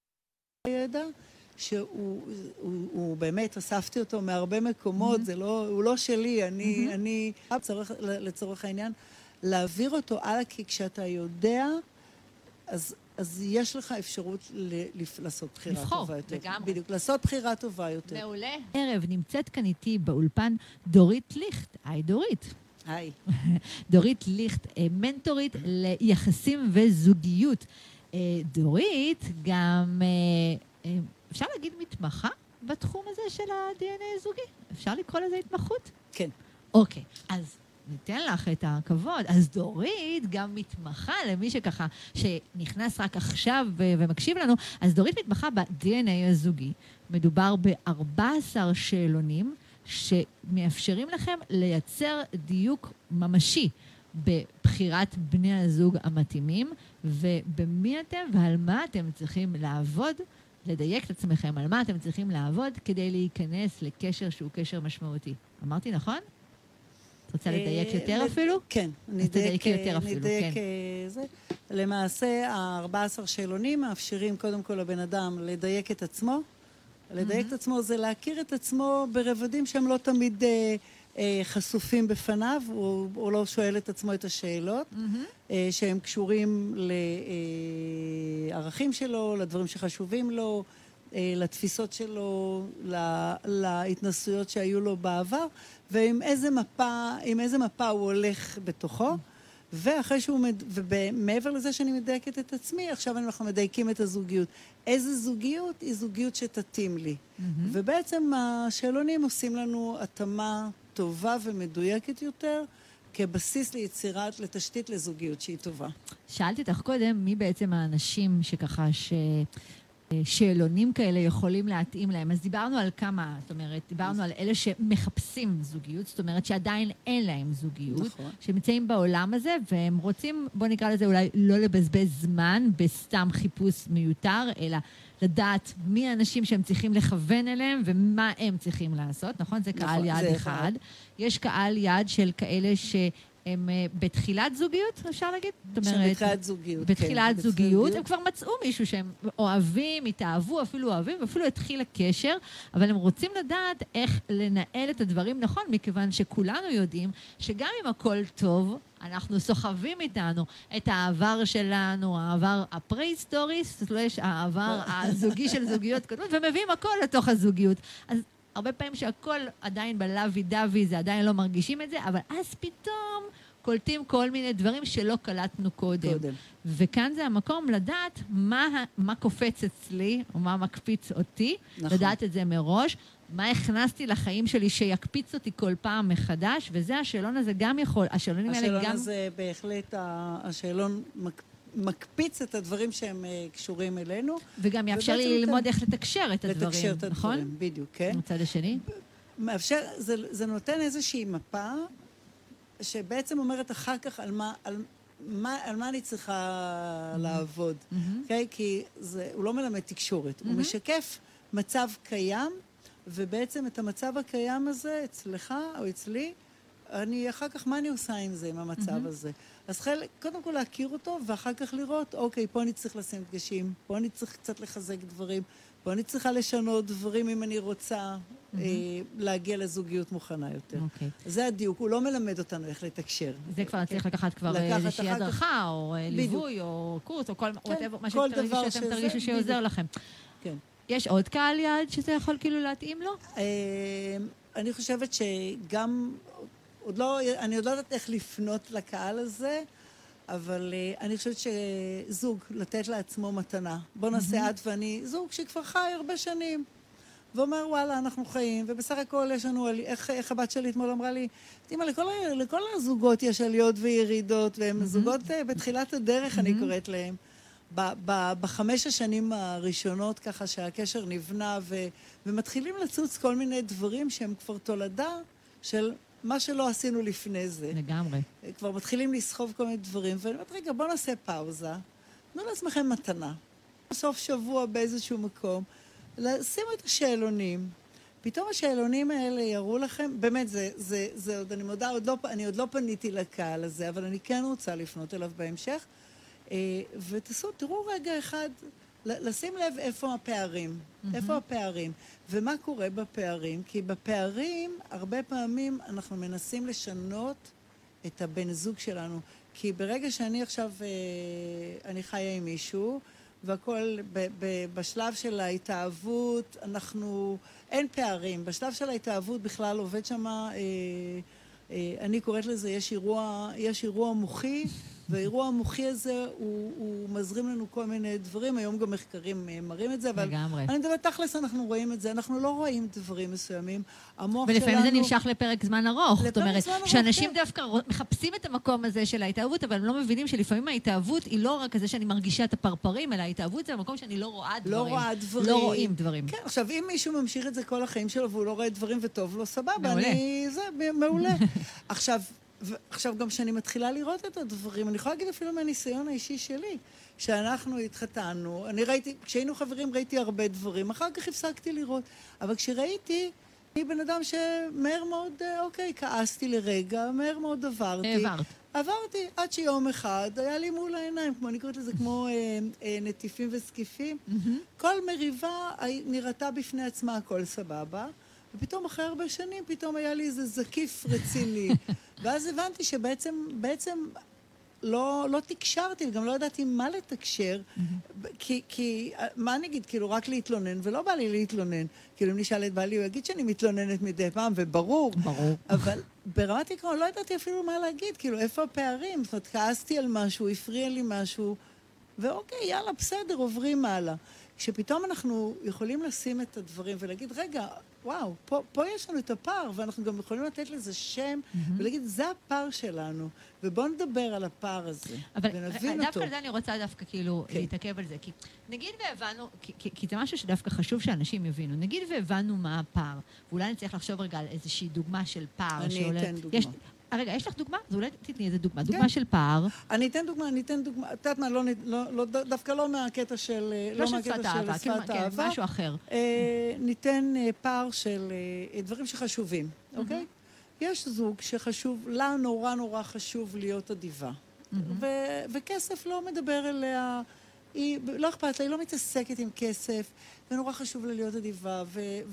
שהוא באמת, אספתי אותו מהרבה מקומות, הוא לא שלי, אני לצורך העניין, להעביר אותו הלאה, כי כשאתה יודע, אז יש לך אפשרות לעשות בחירה טובה יותר. לגמרי. בדיוק, לעשות בחירה טובה יותר. מעולה. ערב נמצאת כאן איתי באולפן דורית ליכט. היי דורית. היי. דורית ליכט, מנטורית ליחסים וזוגיות. דורית גם, אפשר להגיד מתמחה בתחום הזה של ה-DNA זוגי? אפשר לקרוא לזה התמחות? כן. אוקיי, אז... ניתן לך את הכבוד. אז דורית גם מתמחה למי שככה, שנכנס רק עכשיו ומקשיב לנו, אז דורית מתמחה ב-DNA הזוגי. מדובר ב-14 שאלונים שמאפשרים לכם לייצר דיוק ממשי בבחירת בני הזוג המתאימים, ובמי אתם ועל מה אתם צריכים לעבוד, לדייק את עצמכם על מה אתם צריכים לעבוד כדי להיכנס לקשר שהוא קשר משמעותי. אמרתי נכון? רוצה לדייק יותר אפילו? כן. נדייק יותר אפילו, כן. למעשה, ה-14 שאלונים מאפשרים קודם כל לבן אדם לדייק את עצמו. לדייק את עצמו זה להכיר את עצמו ברבדים שהם לא תמיד חשופים בפניו, הוא לא שואל את עצמו את השאלות, שהם קשורים לערכים שלו, לדברים שחשובים לו, לתפיסות שלו, להתנסויות שהיו לו בעבר, ועם איזה מפה הוא הולך בתוכו, ואחרי ומעבר לזה שאני מדייקת את עצמי, עכשיו אנחנו מדייקים את הזוגיות. איזה זוגיות? היא זוגיות שתתאים לי. ובעצם השאלונים עושים לנו התאמה טובה ומדויקת יותר, כבסיס ליצירת, לתשתית לזוגיות שהיא טובה. שאלתי אותך קודם, מי בעצם האנשים שככה שאלונים כאלה יכולים להתאים להם? אז דיברנו על כמה, זאת אומרת, דיברנו על אלה שמחפשים זוגיות, זאת אומרת שעדיין אין להם זוגיות, נכון. שמצאים בעולם הזה, והם רוצים, בוא נקרא לזה אולי לא לבזבז זמן בסתם חיפוש מיותר, אלא לדעת מי האנשים שהם צריכים לכוון אליהם ומה הם צריכים לעשות, נכון? זה קהל יעד אחד. יש קהל יעד של כאלה הם בתחילת זוגיות, אפשר להגיד? בתחילת זוגיות. בתחילת זוגיות, הם כבר מצאו מישהו שהם אוהבים, התאהבו, אפילו אוהבים, ואפילו התחיל הקשר, אבל הם רוצים לדעת איך לנהל את הדברים נכון, מכיוון שכולנו יודעים שגם אם הכל טוב, אנחנו סוחבים איתנו את העבר שלנו, העבר הפרה-היסטורי, העבר הזוגי של זוגיות קודמות, ומביאים הכל לתוך הזוגיות. אז הרבה פעמים שהכל עדיין בלוי דווי, זה עדיין לא מרגישים את זה, אבל אז פתאום קולטים כל מיני דברים שלא קלטנו קודם. וכאן זה המקום לדעת מה קופץ אצלי, או מה מקפיץ אותי, נכון. לדעת את זה מראש, מה הכנסתי לחיים שלי שיקפיץ אותי כל פעם מחדש, וזה השאלון הזה גם יכול, השאלונים האלה גם... השאלון הזה בהחלט, השאלון מקפיץ את הדברים שהם קשורים אלינו. וגם יאפשר לי ללמוד איך לתקשר את הדברים, לתקשר את הדברים, נכון? בדיוק, כן. מצד השני? מאפשר, זה נותן איזושהי מפה, שבעצם אומרת אחר כך על מה אני צריכה לעבוד. אוקיי? כי הוא לא מלמד תקשורת, הוא משקף מצב קיים, ובעצם את המצב הקיים הזה, אצלך או אצלי, אחר כך מה אני עושה עם זה, עם המצב הזה? אז קודם כל להכיר אותו, ואחר כך לראות, אוקיי, פה אני צריך לשים דגשים, פה אני צריך קצת לחזק דברים, פה אני צריכה לשנות דברים אם אני רוצה להגיע לזוגיות מוכנה יותר. זה הדיוק, הוא לא מלמד אותנו איך לתקשר. זה כבר צריך לקחת כבר איזושהי הדרכה, או ליווי, או קורס, או מה שאתם תרגישו שעוזר לכם. כן. יש עוד קהל יעד שזה יכול כאילו להתאים לו? אני חושבת שגם, אני עוד לא יודעת איך לפנות לקהל הזה, אבל אני חושבת שזוג, לתת לעצמו מתנה. בוא נעשה את ואני, זוג שכבר חי הרבה שנים, ואומר, וואלה, אנחנו חיים, ובסך הכל יש לנו, איך הבת שלי אתמול אמרה לי, תימא, לכל הזוגות יש עליות וירידות, והם זוגות בתחילת הדרך, אני קוראת להם. בחמש השנים הראשונות, ככה שהקשר נבנה, ומתחילים לצוץ כל מיני דברים שהם כבר תולדה של מה שלא עשינו לפני זה. לגמרי. כבר מתחילים לסחוב כל מיני דברים, ואני אומרת, רגע, בואו נעשה פאוזה, תנו לעצמכם מתנה. בסוף שבוע באיזשהו מקום, שימו את השאלונים. פתאום השאלונים האלה יראו לכם, באמת, זה עוד, אני מודה, אני עוד לא פניתי לקהל הזה, אבל אני כן רוצה לפנות אליו בהמשך, תראו רגע אחד, לשים לב איפה הפערים, איפה הפערים, ומה קורה בפערים, כי בפערים הרבה פעמים אנחנו מנסים לשנות את הבן זוג שלנו, כי ברגע שאני עכשיו, אני חיה עם מישהו, והכל בשלב של ההתאהבות, אין פערים, בשלב של ההתאהבות בכלל עובד שמה, אני קוראת לזה, יש אירוע מוחי, והאירוע המוחי הזה הוא מזרים לנו כל מיני דברים, היום גם מחקרים מראים את זה, אבל אני מדברת תכלס, אנחנו רואים את זה, אנחנו לא רואים דברים מסוימים. ולפעמים זה נמשך לפרק זמן ארוך, זאת אומרת, שאנשים דווקא מחפשים את המקום הזה של ההתאהבות, אבל הם לא מבינים שלפעמים ההתאהבות היא לא רק זה שאני מרגישה את הפרפרים, אלא ההתאהבות זה המקום שאני לא רואה דברים. לא רואים דברים. כן, עכשיו, אם מישהו ממשיך את זה כל החיים שלו, והוא לא רואה דברים וטוב לו, סבבה, זה מעולה. עכשיו גם כשאני מתחילה לראות את הדברים, אני יכולה להגיד אפילו מהניסיון האישי שלי, שאנחנו התחתנו, כשהיינו חברים ראיתי הרבה דברים, אחר כך הפסקתי לראות, אבל כשראיתי, אני בן אדם שמהר מאוד, כעסתי לרגע, מהר מאוד עברתי, עד שיום אחד היה לי מול העיניים, כמו אני קוראת לזה, כמו נטיפים וסקיפים, כל מריבה נראתה בפני עצמה, הכל סבבה, ופתאום אחרי הרבה שנים, פתאום היה לי איזה זקיף רציני. ואז הבנתי שבעצם לא תקשרתי, וגם לא ידעתי מה לתקשר, כי מה אני אגיד, כאילו רק להתלונן, ולא בא לי להתלונן. כאילו אם נשאל את בעלי, הוא יגיד שאני מתלוננת מדי פעם, וברור. ברור. אבל ברמת עקרון לא ידעתי אפילו מה להגיד, כאילו איפה הפערים? זאת אומרת, כעסתי על משהו, הפריע לי משהו, ואוקיי, יאללה, בסדר, עוברים הלאה. כשפתאום אנחנו יכולים לשים את הדברים ולהגיד, רגע, וואו, פה יש לנו את הפער, ואנחנו גם יכולים לתת לזה שם, ולהגיד, זה הפער שלנו, ובואו נדבר על הפער הזה, ונבין אותו. דווקא על זה אני רוצה דווקא כאילו להתעכב על זה, כי נגיד והבנו, כי זה משהו שדווקא חשוב שאנשים יבינו, נגיד והבנו מה הפער, ואולי נצטרך לחשוב רגע על איזושהי דוגמה של פער. אני אתן דוגמה. רגע, יש לך דוגמה? אז אולי תתני איזה דוגמה. דוגמה של פער. אני אתן דוגמה. את יודעת מה, דווקא לא מהקטע של... לא של שפת האהבה, כן, משהו אחר. ניתן פער של דברים שחשובים, אוקיי? יש זוג שחשוב, לה נורא נורא חשוב להיות אדיבה. וכסף לא מדבר אליה, לא אכפת לה, היא לא מתעסקת עם כסף, ונורא חשוב לה להיות אדיבה,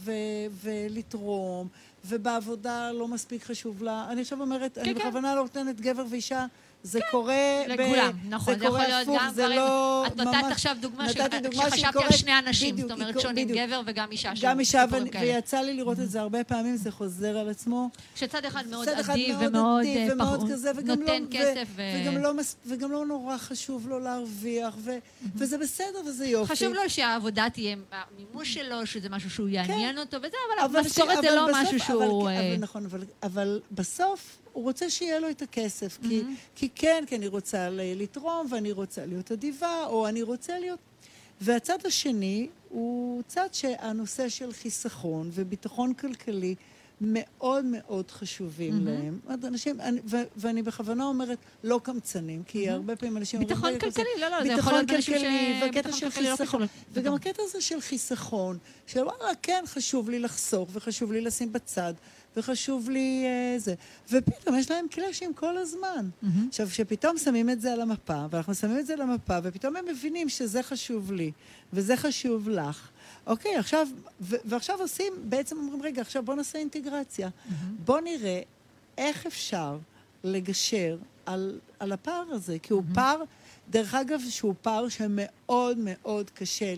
ולתרום, ובעבודה לא מספיק חשוב לה. אני עכשיו אומרת, אני בכוונה לא נותנת גבר ואישה, זה קורה... לכולם, נכון, זה יכול להיות גם דברים... את נתת עכשיו דוגמה שחשבתי על שני אנשים, זאת אומרת שונים גבר וגם אישה. גם אישה, ויצא לי לראות את זה הרבה פעמים, זה חוזר על עצמו. שצד אחד מאוד אדיב ומאוד נותן כסף. וגם לא נורא חשוב לו להרוויח, וזה בסדר וזה יופי. חשוב לו שהעבודה תהיה מימוש שלו, שזה משהו שהוא יעניין אותו, וזה, אבל משכורת זה לא משהו שהוא... נכון, אבל בסוף הוא רוצה שיהיה לו את הכסף, כי כן, כי אני רוצה לתרום, ואני רוצה להיות אדיבה, או אני רוצה להיות... והצד השני הוא צד שהנושא של חיסכון וביטחון כלכלי מאוד מאוד חשובים להם. אנשים, ואני בכוונה אומרת, לא קמצנים, כי הרבה פעמים אנשים... ביטחון כלכלי, לא, זה יכול להיות אנשים ביטחון כלכלי לא חשוב. וגם הקטע הזה של חיסכון, של וואלה, כן, חשוב לי לחסוך, וחשוב לי לשים בצד, וחשוב לי זה. ופתאום יש להם קלאשים כל הזמן. עכשיו, כשפתאום שמים את זה על המפה, ואנחנו שמים את זה על המפה, ופתאום הם מבינים שזה חשוב לי, וזה חשוב לך. אוקיי, עכשיו, ועכשיו עושים, בעצם אומרים, רגע, עכשיו בוא נעשה אינטגרציה. בוא נראה איך אפשר לגשר על הפער הזה, כי הוא פער, דרך אגב, שהוא פער שמאוד מאוד קשה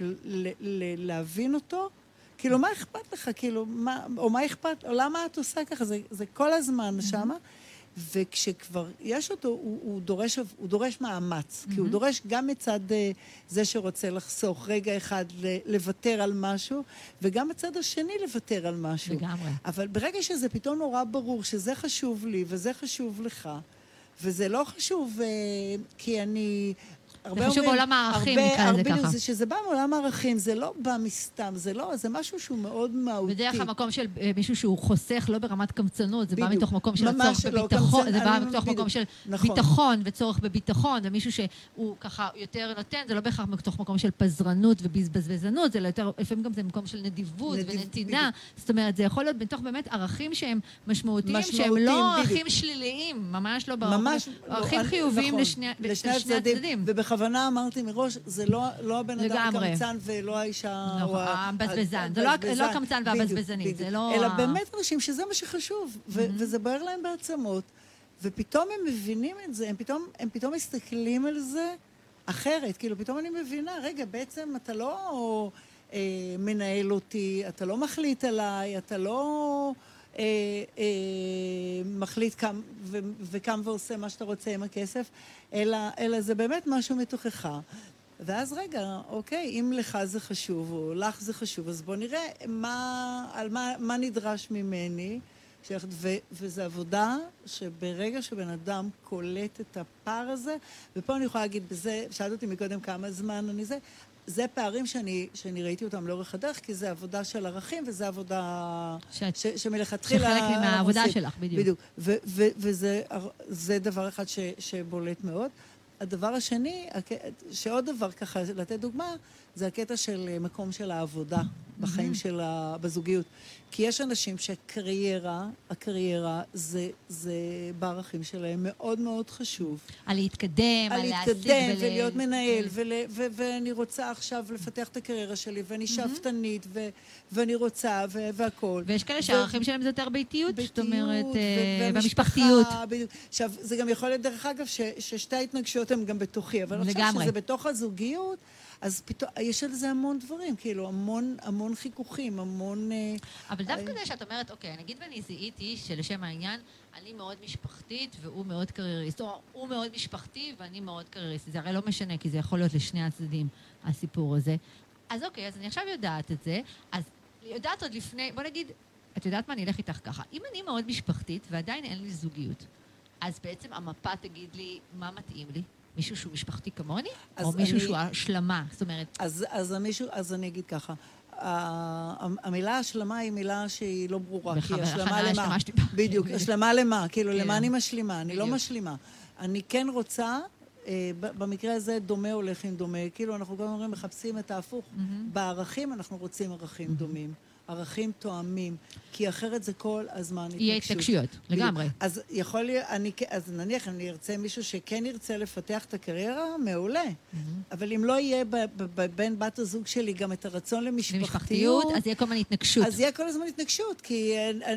להבין אותו. כאילו, מה אכפת לך? כאילו, או מה אכפת, או למה את עושה ככה? זה כל הזמן שמה. וכשכבר יש אותו, הוא דורש מאמץ, כי הוא דורש גם מצד זה שרוצה לחסוך רגע אחד לוותר על משהו, וגם מצד השני לוותר על משהו. לגמרי. אבל ברגע שזה פתאום נורא ברור שזה חשוב לי וזה חשוב לך, וזה לא חשוב כי אני... זה חשוב בעולם הערכים, נקרא לזה ככה. שזה בא מעולם הערכים, זה לא בא מסתם, זה משהו שהוא מאוד מהותי. בדרך המקום של מישהו שהוא חוסך, לא ברמת קמצנות, זה בא מתוך מקום של הצורך בביטחון, זה בא מתוך מקום של ביטחון וצורך בביטחון, ומישהו שהוא ככה יותר נותן, זה לא בהכרח מתוך מקום של פזרנות ובזבזנות, זה יותר, לפעמים גם זה מקום של נדיבות ונתינה, זאת אומרת, זה יכול להיות בתוך באמת ערכים שהם משמעותיים, שהם לא ערכים שליליים, ממש לא ערכים חיוביים לשני הצדדים. בכוונה אמרתי מראש, זה לא הבן אדם הקמצן ולא האישה או הבזבזן. זה לא הקמצן והבזבזנית, זה לא... אלא באמת אנשים שזה מה שחשוב, וזה בוער להם בעצמות, ופתאום הם מבינים את זה, הם פתאום מסתכלים על זה אחרת, כאילו פתאום אני מבינה, רגע, בעצם אתה לא מנהל אותי, אתה לא מחליט עליי, אתה לא... מחליט וקם ועושה מה שאתה רוצה עם הכסף, אלא זה באמת משהו מתוכך. ואז רגע, אוקיי, אם לך זה חשוב, או לך זה חשוב, אז בוא נראה מה נדרש ממני, וזו עבודה שברגע שבן אדם קולט את הפער הזה, ופה אני יכולה להגיד בזה, שאלת אותי מקודם כמה זמן אני זה פערים שאני ראיתי אותם לאורך הדרך, כי זה עבודה של ערכים, וזה עבודה שמלכתחילה... שחלק מהעבודה שלך, בדיוק. וזה דבר אחד שבולט מאוד. הדבר השני, שעוד דבר ככה, לתת דוגמה, זה הקטע של מקום של העבודה. בחיים בזוגיות. כי יש אנשים שהקריירה זה בערכים שלהם מאוד מאוד חשוב. על להתקדם, על להשיג ולהיות מנהל, ואני רוצה עכשיו לפתח את הקריירה שלי, ואני שאפתנית, ואני רוצה, והכל. ויש כאלה שהערכים שלהם זה יותר ביתיות, זאת אומרת, והמשפחתיות. עכשיו, זה גם יכול להיות דרך אגב ששתי ההתנגשויות הן גם בתוכי, אבל אני חושב שזה בתוך הזוגיות, אז פתאום, יש על זה המון דברים, כאילו, המון חיכוכים, המון... אבל דווקא זה שאת אומרת, אוקיי, נגיד ואני זיהיתי שלשם העניין, אני מאוד משפחתית והוא מאוד קרייריסט, או הוא מאוד משפחתי ואני מאוד קרייריסט. זה הרי לא משנה, כי זה יכול להיות לשני הצדדים, הסיפור הזה. אז אוקיי, אז אני עכשיו יודעת את זה, אז יודעת עוד לפני, בוא נגיד, את יודעת מה, אני אלך איתך ככה. אם אני מאוד משפחתית ועדיין אין לי זוגיות, אז בעצם המפה תגיד לי מה מתאים לי. מישהו שהוא משפחתי כמוני? או מישהו שהוא השלמה? זאת אומרת... אז אני אגיד ככה. המילה השלמה היא מילה שהיא לא ברורה. כי השלמה למה? בדיוק, השלמה למה? כאילו, למה אני משלימה? אני לא משלימה. אני כן רוצה, במקרה הזה דומה הולך עם דומה. כאילו, אנחנו גם אומרים, מחפשים את ההפוך. בערכים אנחנו רוצים ערכים דומים. ערכים תואמים, כי אחרת זה כל הזמן התנגשות. יהיה התנגשויות, לגמרי. אז יכול להיות, אז נניח, אני ארצה מישהו שכן ירצה לפתח את הקריירה, מעולה. אבל אם לא יהיה בין בת הזוג שלי גם את הרצון למשפחתיות, אז יהיה כל הזמן התנגשות. אז יהיה כל הזמן התנגשות, כי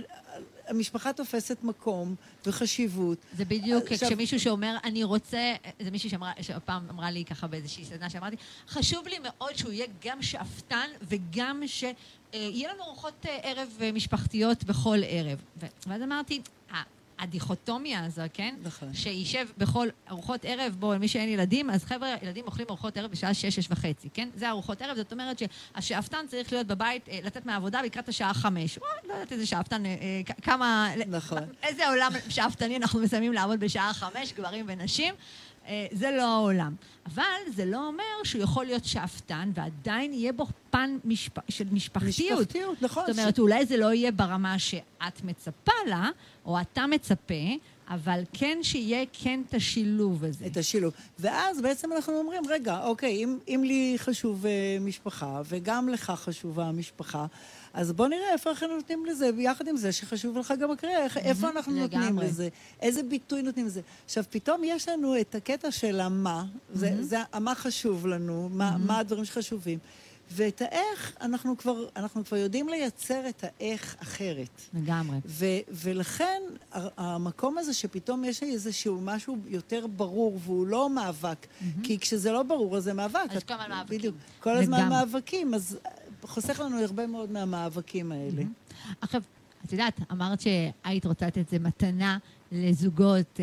המשפחה תופסת מקום וחשיבות. זה בדיוק כשמישהו שאומר, אני רוצה, זה מישהו שפעם אמרה לי ככה באיזושהי סדנה שאמרתי, חשוב לי מאוד שהוא יהיה גם שאפתן וגם שיהיה לנו ארוחות ערב משפחתיות בכל ערב. ואז אמרתי, הדיכוטומיה הזו, כן? נכון. שישב בכל ארוחות ערב, בו מי שאין ילדים, אז חבר'ה, ילדים אוכלים ארוחות ערב בשעה 6:30, כן? זה ארוחות ערב, זאת אומרת שהשאפתן צריך להיות בבית, לצאת מהעבודה לקראת השעה 5. לא יודעת איזה שאפתן, כמה... נכון. איזה עולם שאפתני אנחנו מסיימים לעבוד בשעה 5, גברים ונשים. זה לא העולם. אבל זה לא אומר שהוא יכול להיות שאפתן, ועדיין יהיה בו פן של משפחתיות. משפחתיות, נכון. זאת אומרת, אולי זה לא יהיה ברמה שאת מצפה לה, או אתה מצפה, אבל כן שיהיה כן את השילוב הזה. את השילוב. ואז בעצם אנחנו אומרים, רגע, אוקיי, אם לי חשוב משפחה, וגם לך חשובה המשפחה, אז בוא נראה איפה אנחנו נותנים לזה, ביחד עם זה שחשוב לך גם הקריירה, איפה אנחנו נותנים לזה, איזה ביטוי נותנים לזה. עכשיו, פתאום יש לנו את הקטע של המה, זה המה חשוב לנו, מה הדברים שחשובים. ואת האיך, אנחנו כבר יודעים לייצר את האיך אחרת. לגמרי. ולכן, המקום הזה שפתאום יש איזשהו משהו יותר ברור, והוא לא מאבק, כי כשזה לא ברור, אז זה מאבק. אז כל הזמן מאבקים. בדיוק. כל הזמן מאבקים, אז חוסך לנו הרבה מאוד מהמאבקים האלה. עכשיו, את יודעת, אמרת שהיית רוצה לתת זה מתנה לזוגות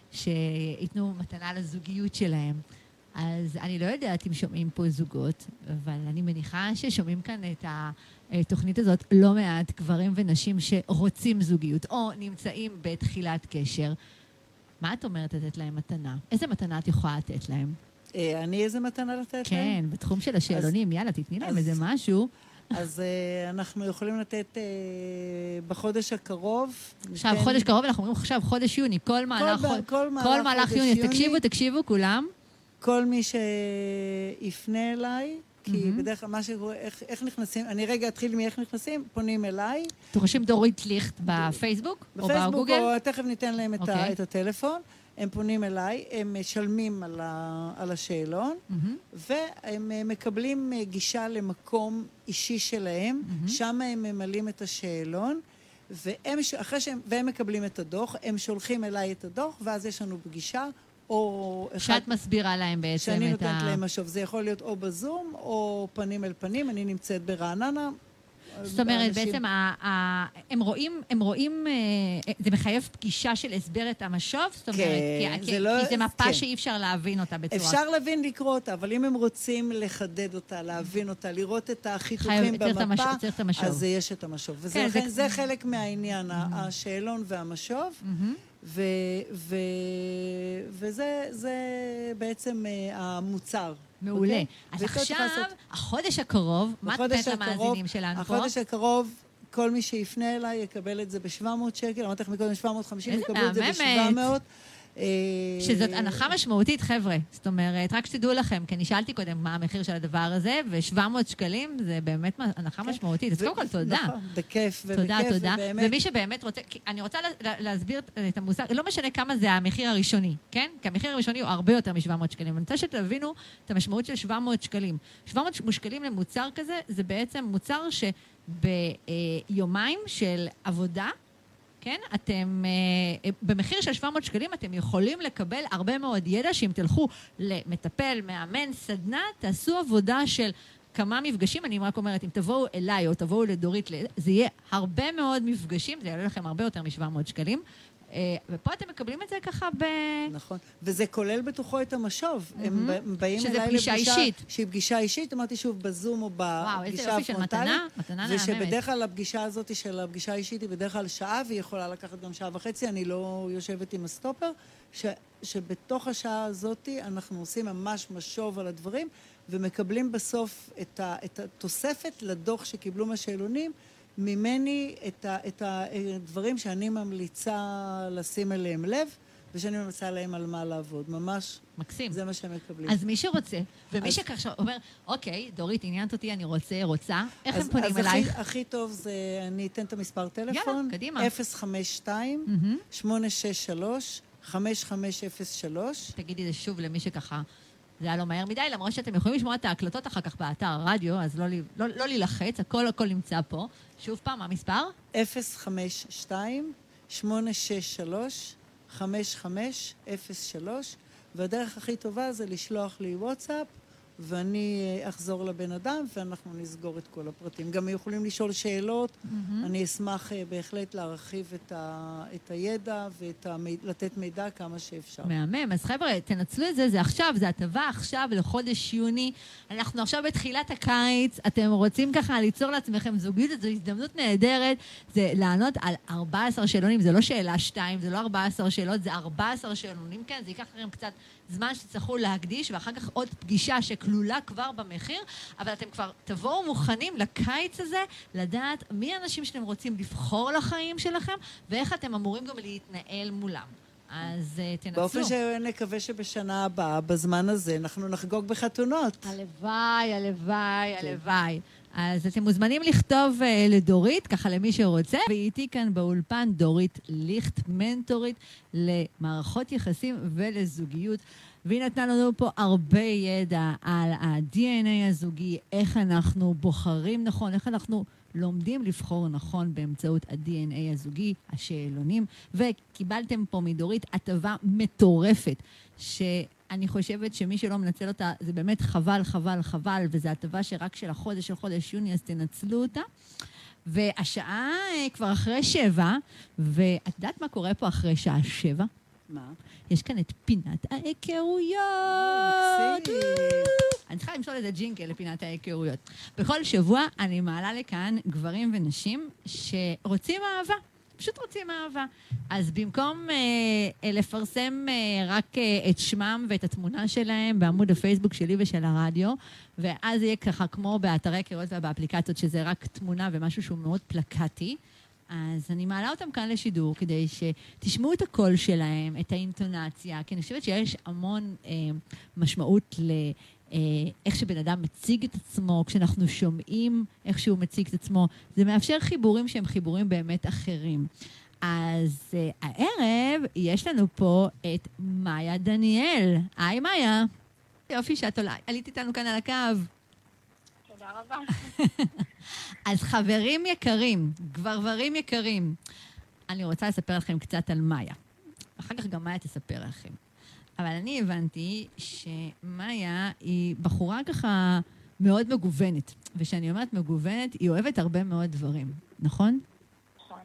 שיתנו מתנה לזוגיות שלהם. אז אני לא יודעת אם שומעים פה זוגות, אבל אני מניחה ששומעים כאן את התוכנית הזאת לא מעט גברים ונשים שרוצים זוגיות, או נמצאים בתחילת קשר. מה את אומרת לתת להם מתנה? איזה מתנה את יכולה לתת להם? אני איזה מתנה לתת להם? כן, בתחום של השאלונים, יאללה, תתני להם איזה משהו. אז אנחנו יכולים לתת בחודש הקרוב. עכשיו, חודש קרוב, אנחנו אומרים עכשיו חודש יוני, כל מהלך יוני. תקשיבו, כולם. כל מי שיפנה אליי, כי בדרך כלל מה שקורה, איך נכנסים, אני רגע אתחיל מאיך נכנסים, פונים אליי. אתם חושבים דורית ליכט בפייסבוק? או בגוגל? בפייסבוק, או תכף ניתן להם את הטלפון. הם פונים אליי, הם משלמים על השאלון, והם מקבלים גישה למקום אישי שלהם, שם הם ממלאים את השאלון, והם מקבלים את הדוח, הם שולחים אליי את הדוח, ואז יש לנו פגישה, שאת מסבירה להם בעצם את ה... שאני נותנת להם משוב. זה יכול להיות או בזום, או פנים אל פנים. אני נמצאת ברעננה. זאת אומרת, בעצם הם רואים, זה מחייב פגישה של הסבר את המשוב? זאת אומרת, כי זה מפה שאי אפשר להבין אותה בצורה... אפשר להבין, לקרוא אותה, אבל אם הם רוצים לחדד אותה, להבין אותה, לראות את החיתוכים במפה, אז יש את המשוב. וזה חלק מהעניין, השאלון והמשוב. וזה בעצם המוצר. מעולה. אז עכשיו, החודש הקרוב, מה תתת למאזינים שלנו פה? החודש הקרוב, כל מי שיפנה אליי יקבל את זה ב-700 שקל, אמרתי לך מקודם 750, יקבלו את זה ב-700. שזאת הנחה משמעותית, חבר'ה. זאת אומרת, רק שתדעו לכם, כי אני שאלתי קודם מה המחיר של הדבר הזה, ו700 שקלים זה באמת הנחה משמעותית. אז קודם כל, תודה. נכון, בכיף, תודה, תודה. ומי שבאמת רוצה, אני רוצה להסביר את המושג, לא משנה כמה זה המחיר הראשוני, כן? כי המחיר הראשוני הוא הרבה יותר מ700 שקלים. אני רוצה שתבינו את המשמעות של 700 שקלים. 700 שקלים למוצר כזה, זה בעצם מוצר שביומיים של עבודה, כן? אתם, במחיר של 700 שקלים אתם יכולים לקבל הרבה מאוד ידע שאם תלכו למטפל, מאמן, סדנה, תעשו עבודה של כמה מפגשים. אני רק אומרת, אם תבואו אליי או תבואו לדורית, זה יהיה הרבה מאוד מפגשים, זה יעלה לכם הרבה יותר מ700 שקלים. ופה אתם מקבלים את זה ככה נכון, וזה כולל בתוכו את המשוב. הם באים אליי פגישה אישית. שהיא פגישה אישית, אמרתי שוב, בזום או בפגישה הפרונטלית. ושבדרך כלל הפגישה הזאת של הפגישה האישית היא בדרך כלל שעה, והיא יכולה לקחת גם שעה וחצי, אני לא יושבת עם הסטופר, שבתוך השעה הזאת אנחנו עושים ממש משוב על הדברים, ומקבלים בסוף את התוספת לדוח שקיבלו מהשאלונים, ממני את הדברים שאני ממליצה לשים אליהם לב, ושאני ממליצה להם על מה לעבוד. ממש, מקסים. זה מה שהם מקבלים. אז מי שרוצה, ומי שככה אומר, אוקיי, דורית, עניינת אותי, אני רוצה, איך הם פונים אלייך? אז הכי טוב זה, אני אתן את המספר טלפון. יאללה, קדימה. 052-863-5503. תגידי זה שוב למי שככה, זה היה לא מהר מדי, למרות שאתם יכולים לשמוע את ההקלטות אחר כך באתר הרדיו, אז לא להילחץ, הכל נמצא פה. שוב פעם, המספר? 052-863-5503, והדרך הכי טובה זה לשלוח לי וואטסאפ, ואני אחזור לבן אדם, ואנחנו נסגור את כל הפרטים. גם יכולים לשאול שאלות, אני אשמח בהחלט להרחיב את הידע ולתת מידע כמה שאפשר. מהמם, אז חבר'ה, תנצלו את זה, זה עכשיו, זה הטבה עכשיו לחודש יוני. אנחנו עכשיו בתחילת הקיץ, אתם רוצים ככה ליצור לעצמכם זוגיות, זו הזדמנות נהדרת, זה לענות על 14 שאלונים, זה לא שאלה 2, זה לא 14 שאלות, זה 14 שאלונים, כן, זה ייקח לכם קצת זמן שתצטרכו להקדיש, ואחר כך עוד פגישה שכלולה כבר במחיר, אבל אתם כבר תבואו מוכנים לקיץ הזה, לדעת מי האנשים שאתם רוצים לבחור לחיים שלכם, ואיך אתם אמורים גם להתנהל מולם. אז תנצלו. באופן שנקווה שבשנה הבאה, בזמן הזה, אנחנו נחגוג בחתונות. הלוואי, הלוואי, הלוואי. אז אתם מוזמנים לכתוב לדורית, ככה למי שרוצה, ואיתי כאן באולפן דורית ליכט, מנטורית למערכות יחסים ולזוגיות, והיא נתנה לנו פה הרבה ידע על ה-DNA הזוגי, איך אנחנו בוחרים נכון, איך אנחנו לומדים לבחור נכון באמצעות ה-DNA הזוגי, השאלונים, וקיבלתם פה מדורית הטבה מטורפת, שאני חושבת שמי שלא מנצל אותה, זה באמת חבל, חבל, חבל, וזו הטבה שרק של החודש, של חודש יוני, אז תנצלו אותה. והשעה כבר אחרי 7, ואת יודעת מה קורה פה אחרי שעה 7? מה? יש כאן את פינת ההיכרויות. אני צריכה למשול איזה ג'ינקל לפינת ההיכרויות. בכל שבוע אני מעלה לכאן גברים ונשים שרוצים אהבה. פשוט רוצים אהבה. אז במקום לפרסם רק את שמם ואת התמונה שלהם בעמוד הפייסבוק שלי ושל הרדיו, ואז יהיה ככה כמו באתרי היכרויות ובאפליקציות, שזה רק תמונה ומשהו שהוא מאוד פלקטי, אז אני מעלה אותם כאן לשידור, כדי שתשמעו את הקול שלהם, את האינטונציה, כי אני חושבת שיש המון משמעות איך שבן אדם מציג את עצמו, כשאנחנו שומעים איך שהוא מציג את עצמו, זה מאפשר חיבורים שהם חיבורים באמת אחרים. אז הערב יש לנו פה את מאיה דניאל. היי מאיה. יופי שאת עלית איתנו כאן על הקו. תודה רבה. אז חברים יקרים, גברים יקרים, אני רוצה לספר לכם קצת על מאיה. אחר כך גם מאיה תספר לכם. אבל אני הבנתי שמאיה היא בחורה ככה מאוד מגוונת. ושאני אומרת מגוונת, היא אוהבת הרבה מאוד דברים. נכון? נכון.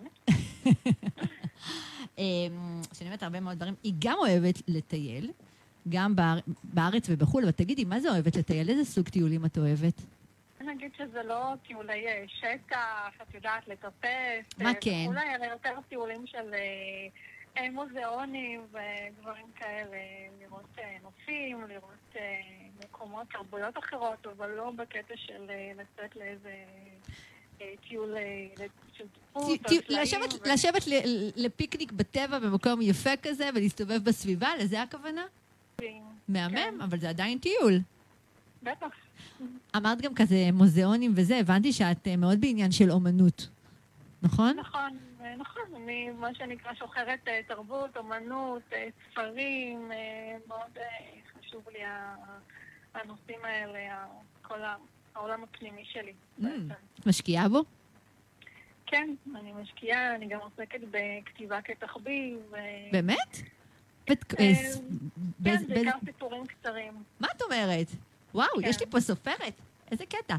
שאני אומרת הרבה מאוד דברים. היא גם אוהבת לטייל, גם בארץ ובחול. אבל תגידי, מה זה אוהבת לטייל? איזה סוג טיולים את אוהבת? אני אגיד שזה לא טיולי שטח, את יודעת, לטפס. מה כן? אולי אלא יותר טיולים של מוזיאונים ודברים כאלה, לראות נופים, לראות מקומות, תרבויות אחרות, אבל לא בקטע של לצאת לאיזה טיול, בחוץ, על סלעים. לשבת לפיקניק בטבע במקום יפה כזה ולהסתובב בסביבה, לזה הכוונה? מהמם, אבל זה עדיין טיול. בטח. אמרת גם כזה מוזיאונים וזה, הבנתי שאת מאוד בעניין של אומנות, נכון? נכון. אני מה שנקרא שוחרת תרבות, אומנות, ספרים, מאוד חשוב לי הנושאים האלה, כל העולם הפנימי שלי. משקיעה בו? כן, אני משקיעה, אני גם עוסקת בכתיבה כתחביב. באמת? כן, בעיקר סיפורים קצרים. מה את אומרת? וואו, יש לי פה סופרת. איזה קטע.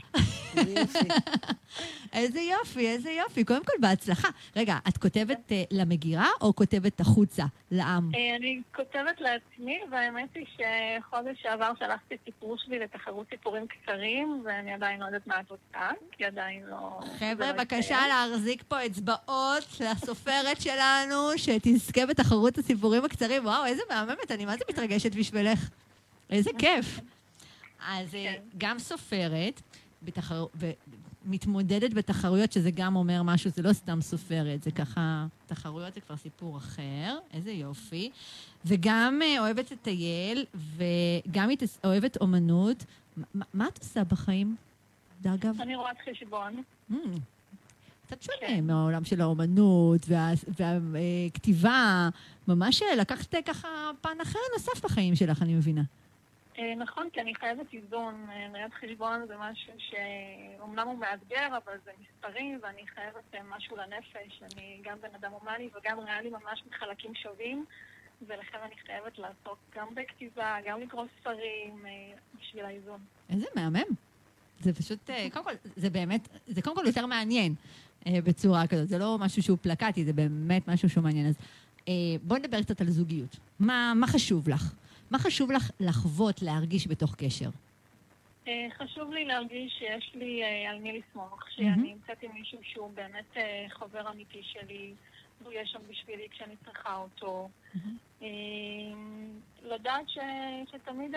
איזה יופי, איזה יופי. קודם כל, בהצלחה. רגע, את כותבת למגירה או כותבת החוצה, לעם? אני כותבת לעצמי, והאמת היא שחודש שעבר שלחתי סיפור שלי לתחרות סיפורים קצרים, ואני עדיין לא יודעת מה התוצאה, כי עדיין לא... חבר'ה, בבקשה להחזיק פה אצבעות לסופרת שלנו, שתזכה בתחרות הסיפורים הקצרים. וואו, איזה מהממת, אני מה זה מתרגשת בשבילך. איזה כיף. אז גם סופרת, מתמודדת בתחרויות, שזה גם אומר משהו, זה לא סתם סופרת, זה ככה, תחרויות זה כבר סיפור אחר, איזה יופי. וגם אוהבת לטייל, וגם אוהבת אומנות. מה את עושה בחיים, דאגב? אני רואת חשבון. קצת שונה מהעולם של האומנות והכתיבה. ממש לקחת ככה פן אחר נוסף בחיים שלך, אני מבינה. נכון, כי אני חייבת איזון. ראיית חשבון זה משהו שאומנם הוא מאתגר, אבל זה מספרים, ואני חייבת משהו לנפש. אני גם בן אדם הומני וגם ריאלי ממש מחלקים שווים, ולכן אני חייבת לעסוק גם בכתיבה, גם לקרוא ספרים, בשביל האיזון. איזה מהמם. זה פשוט, קודם כל, זה באמת, זה קודם כל יותר מעניין בצורה כזאת. זה לא משהו שהוא פלקטי, זה באמת משהו שהוא מעניין. אז בואי נדבר קצת על זוגיות. מה חשוב לך? מה חשוב לך לחוות, להרגיש בתוך קשר? חשוב לי להרגיש שיש לי על מי לסמוך, שאני נמצאת עם מישהו שהוא באמת חבר אמיתי שלי, הוא יהיה שם בשבילי כשאני צריכה אותו. לדעת שתמיד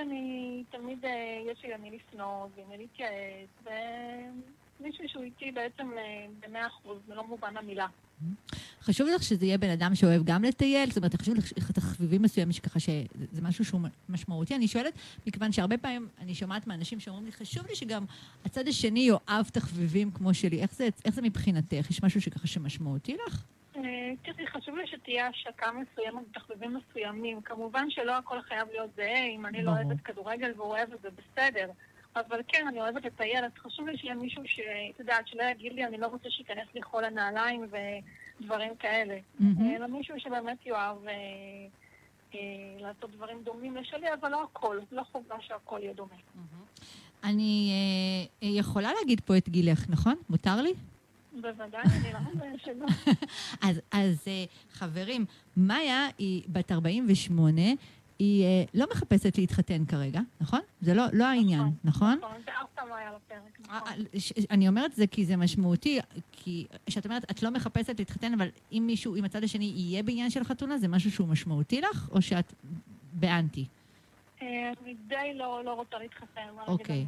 יש לי על מי לפנות ומי להתייעץ, ומישהו שהוא איתי בעצם ב100%, מלא מובן המילה. חשוב לך שזה יהיה בן אדם שאוהב גם לטייל? זאת אומרת, חשוב לך תחביבים מסוימים שככה שזה משהו שהוא משמעותי. אני שואלת, מכיוון שהרבה פעמים אני שומעת מאנשים שאומרים לי, חשוב לי שגם הצד השני יאהב תחביבים כמו שלי. איך זה מבחינתך? יש משהו שככה שמשמעותי לך? תראי, חשוב לי שתהיה השקה מסוימת בתחביבים מסוימים. כמובן שלא הכל חייב להיות זהה. אם אני לא אוהבת כדורגל והוא אוהב את זה בסדר. אבל כן, אני אוהבת לטייל, אז חשוב לי שיהיה מישהו שתדעת, שלא יגיד לי, אני לא רוצה שייכנס לי חול הנעליים ודברים כאלה. אלא מישהו שבאמת יאהב לעשות דברים דומים לשלי, אבל לא הכל, לא חובה שהכל יהיה דומה. אני יכולה להגיד פה את גילך, נכון? מותר לי? בוודאי, אני לא יודע שלא. אז חברים, מאיה היא בת 48, היא לא מחפשת להתחתן כרגע, נכון? זה לא העניין, נכון? נכון, זה אף פעם לא היה לפרק, נכון. אני אומרת זה כי זה משמעותי, כי שאת אומרת, את לא מחפשת להתחתן, אבל אם מישהו, אם הצד השני יהיה בעניין של חתונה, זה משהו שהוא משמעותי לך, או שאת באנטי? אני די לא רוצה להתחתן. אוקיי.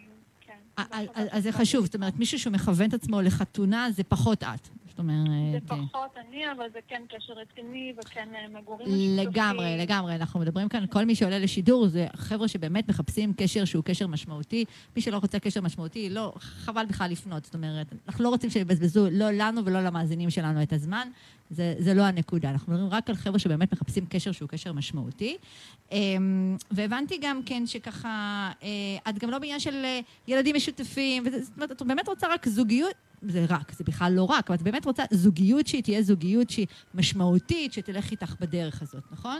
אז זה חשוב, זאת אומרת, מישהו שמכוון את עצמו לחתונה, זה פחות את. זאת אומרת... זה פחות אני, אבל זה כן קשר רציני וכן מגורים משותפים. לגמרי. אנחנו מדברים כאן, כל מי שעולה לשידור, זה חבר'ה שבאמת מחפשים קשר שהוא קשר משמעותי. מי שלא רוצה קשר משמעותי, לא, חבל בכלל לפנות. זאת אומרת, אנחנו לא רוצים שיבזבזו לא לנו ולא למאזינים שלנו את הזמן. זה לא הנקודה. אנחנו מדברים רק על חבר'ה שבאמת מחפשים קשר שהוא קשר משמעותי. והבנתי גם כן שככה, את גם לא בעניין של ילדים משותפים, זאת אומרת, את באמת רוצה רק זוגיות, זה בכלל לא רק, אבל את באמת רוצה זוגיות שהיא תהיה זוגיות שהיא משמעותית, שתלך איתך בדרך הזאת, נכון?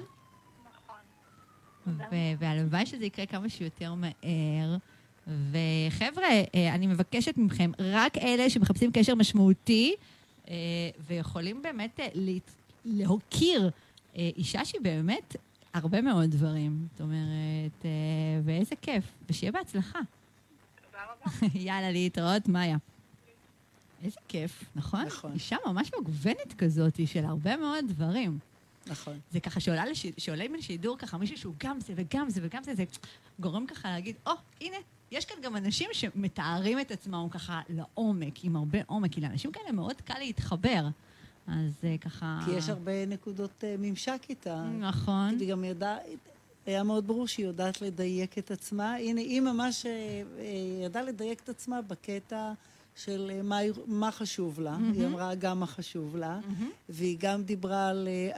נכון. והלוואי שזה יקרה כמה שיותר מהר. וחבר'ה, אני מבקשת מכם, רק אלה שמחפשים קשר משמעותי, ויכולים באמת להוקיר אישה שהיא באמת הרבה מאוד דברים. זאת אומרת, ואיזה כיף. ושיהיה בהצלחה. תודה רבה. יאללה, להתראות, מאיה. איזה כיף, נכון? נכון. אישה ממש מגוונת כזאת של הרבה מאוד דברים. נכון. זה ככה שעולה מן שידור ככה מישהו שהוא גם זה וגם זה וגם זה, זה גורם ככה להגיד, הנה, יש כאן גם אנשים שמתארים את עצמם ככה לעומק, עם הרבה עומק, כי לאנשים כאלה מאוד קל להתחבר. אז ככה... כי יש הרבה נקודות ממשק איתה. נכון. כי גם היה מאוד ברור שהיא יודעת לדייק את עצמה. הנה, היא ממש ידעה לדייק את עצמה בקטע של מה חשוב לה. היא אמרה גם מה חשוב לה, והיא גם דיברה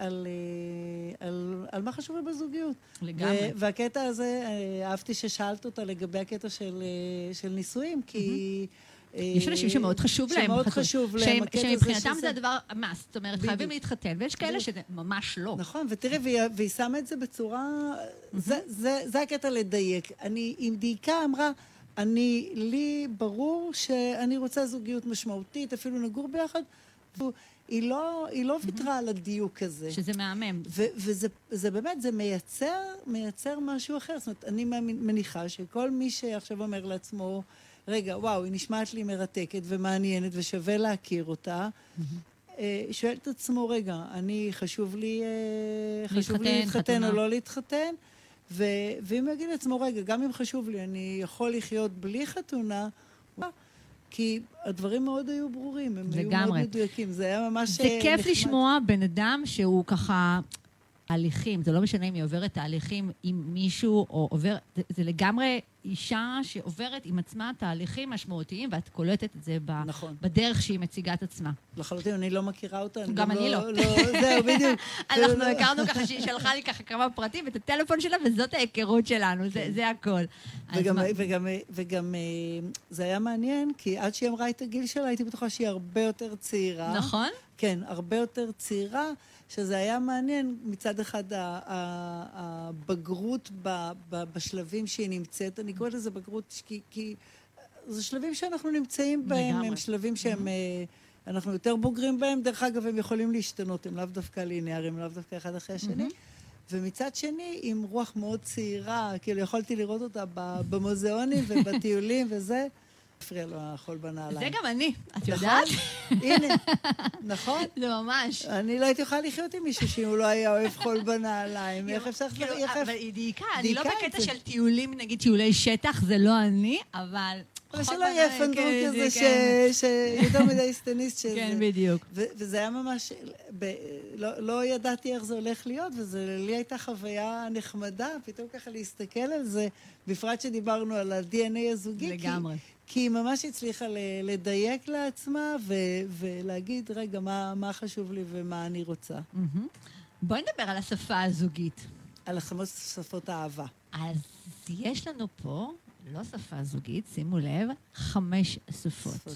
על מה חשוב לה בזוגיות. לגמרי. והקטע הזה, אהבתי ששאלת אותה לגבי הקטע של נישואים, כי... יש אנשים שמאוד חשוב להם. שמאוד חשוב להם. שמבחינתם זה הדבר מס. זאת אומרת, חייבים להתחתן, ויש כאלה שזה ממש לא. נכון, ותראי, והיא שמה את זה בצורה... זה הקטע לדייק. היא דייקה, אמרה, לי ברור שאני רוצה זוגיות משמעותית, אפילו נגור ביחד, היא לא ויתרה על הדיוק הזה. שזה מהמם. וזה באמת, זה מייצר משהו אחר. זאת אומרת, אני מניחה שכל מי שעכשיו אומר לעצמו, רגע, וואו, היא נשמעת לי מרתקת ומעניינת ושווה להכיר אותה, שואל את עצמו, רגע, חשוב לי להתחתן או לא להתחתן, ואם יגיד לעצמו, רגע, גם אם חשוב לי, אני יכול לחיות בלי חתונה, כי הדברים מאוד היו ברורים, הם היו מאוד מדויקים, זה היה ממש נחמד. זה כיף לשמוע בן אדם שהוא ככה... תהליכים, זה לא משנה אם היא עוברת תהליכים עם מישהו או עובר, זה לגמרי אישה שעוברת עם עצמה תהליכים משמעותיים, ואת קולטת את זה בדרך שהיא מציגה את עצמה. לחלוטין, אני לא מכירה אותה. גם אני לא. זהו, בדיוק. אנחנו הכרנו ככה שהיא שלחה לי ככה כמה פרטים, את הטלפון שלה, וזאת ההיכרות שלנו, זה הכל. וגם זה היה מעניין, כי עד שהיא אמרה את הגיל שלה, הייתי בטוחה שהיא הרבה יותר צעירה. נכון? כן, הרבה יותר צעירה. שזה היה מעניין, מצד אחד הבגרות בשלבים שהיא נמצאת, אני קוראת לזה בגרות, כי זה שלבים שאנחנו נמצאים בהם, הם שלבים שהם, אנחנו יותר בוגרים בהם, דרך אגב הם יכולים להשתנות, הם לאו דווקא ליניאריים, לאו דווקא אחד אחרי השני, ומצד שני, עם רוח מאוד צעירה, כאילו יכולתי לראות אותה במוזיאונים ובטיולים וזה, הפריע לו החול בנעליים. זה גם אני, את יודעת? הנה, נכון? זה ממש. אני לא הייתי יכולה לחיות עם מישהו שאם הוא לא היה אוהב חול בנעליים. איך אפשר... אבל היא דייקה, אני לא בקטע של טיולים, נגיד טיולי שטח, זה לא אני, אבל... אבל שלא יהיה פנדרות כזה שיותר מדי סטניסט שזה. כן, בדיוק. וזה היה ממש... לא ידעתי איך זה הולך להיות, ולי הייתה חוויה נחמדה, פתאום ככה להסתכל על זה, בפרט שדיברנו על ה-DNA הזוגי. לגמרי. כי היא ממש הצליחה לדייק לעצמה ולהגיד, רגע, מה חשוב לי ומה אני רוצה. בואי נדבר על השפה הזוגית. על שפות האהבה. אז יש לנו פה, לא שפה זוגית, שימו לב, 5 שפות.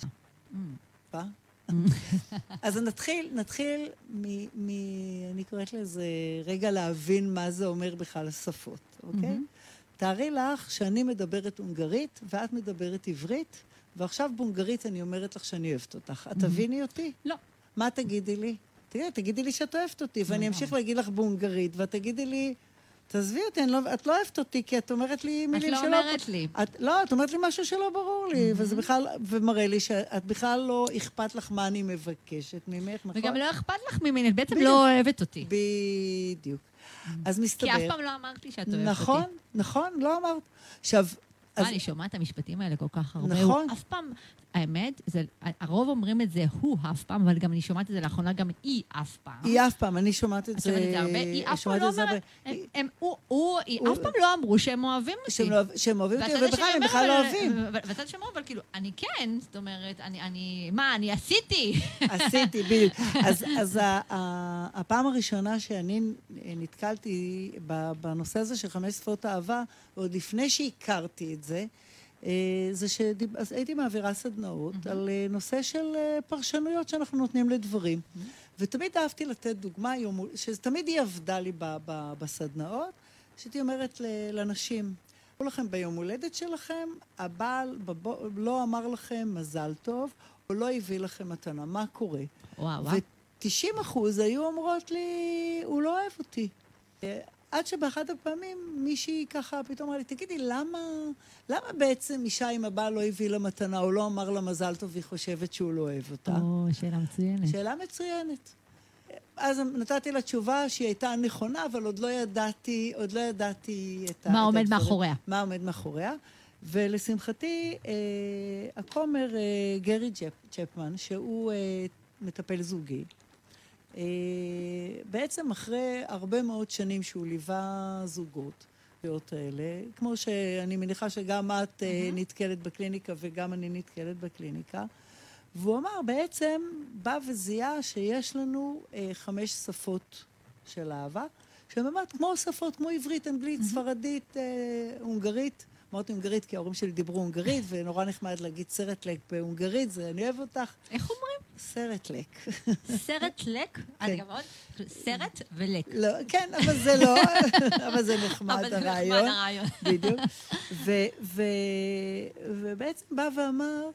אז נתחיל אני קוראת לזה רגע להבין מה זה אומר בכלל שפות, אוקיי? תארי לך שאני מדברת הונגרית, ואת מדברת עברית, ועכשיו בהונגרית אני אומרת לך שאני אוהבת אותך. את תביני אותי? לא. מה תגידי לי? תגידי לי שאת אוהבת אותי, ואני אמשיך להגיד לך בהונגרית, ואת תגידי לי, תעזבי אותי, את לא אוהבת אותי, כי את אומרת לי מילים שלא... את לא אומרת לי. לא, את אומרת לי משהו שלא ברור לי, וזה בכלל, ומראה לי שאת בכלל לא אכפת לך מה אני מבקשת ממך, נכון? וגם לא אכפת לך ממני, את בעצם לא אוהבת אותי. בדיוק. אז מסתבר... כי אף פעם לא אמרתי שאת אוהבת אותי. נכון, נכון, לא אמרת. עכשיו... אני שומעת את המשפטים האלה כל כך הרבה. נכון. אף פעם, האמת, הרוב אומרים את זה הוא אף פעם, אבל גם אני שומעת את זה לאחרונה, גם היא אף פעם. היא אף פעם, אני שומעת את זה... את שומעת את זה הרבה? היא אף פעם לא אומרת... היא אף פעם לא אמרו שהם אוהבים אותי. שהם אוהבים אותי, ובכלל הם בכלל לא אוהבים. ואתה שאומר, אבל כאילו, אני כן, זאת אומרת, אני עשיתי. עשיתי, בדיוק. אז הפעם הראשונה שאני נתקלתי בנושא הזה של 5 שפות אהבה, עוד לפני שהכרתי את זה, זה שהייתי מעבירה סדנאות על נושא של פרשנויות שאנחנו נותנים לדברים. ותמיד אהבתי לתת דוגמה, שתמיד היא עבדה לי בסדנאות, שהייתי אומרת לנשים, אמרו לכם ביום הולדת שלכם, הבעל לא אמר לכם מזל טוב, או לא הביא לכם מתנה, מה קורה? ו90% היו אומרות לי, הוא לא אוהב אותי. עד שבאחד הפעמים מישהי ככה פתאום אמרה לי, תגידי, למה בעצם אישה עם הבעל לא הביא לה מתנה, או לא אמר לה מזל טוב, והיא חושבת שהוא לא אוהב אותה? שאלה מצוינת. שאלה מצוינת. אז נתתי לה תשובה שהיא הייתה נכונה, אבל עוד לא ידעתי את מה עומד מאחוריה. מה עומד מאחוריה. ולשמחתי, הכומר גרי צ'פמן, שהוא מטפל זוגי, בעצם אחרי הרבה מאוד שנים שהוא ליווה זוגות, האלה, כמו שאני מניחה שגם את נתקלת בקליניקה וגם אני נתקלת בקליניקה, והוא אמר, בעצם בא וזיהה שיש לנו 5 שפות של אהבה, שהן באמת כמו שפות, כמו עברית, אנגלית, ספרדית, הונגרית. אמרתי הונגרית כי ההורים שלי דיברו הונגרית, ונורא נחמד להגיד סרט לק בהונגרית, זה אני אוהב אותך. איך אומרים? סרט לק. סרט לק? אני גם מאוד... סרט ולק. לא, כן, אבל זה לא, אבל זה נחמד הרעיון. בדיוק. ובעצם בא ואמר,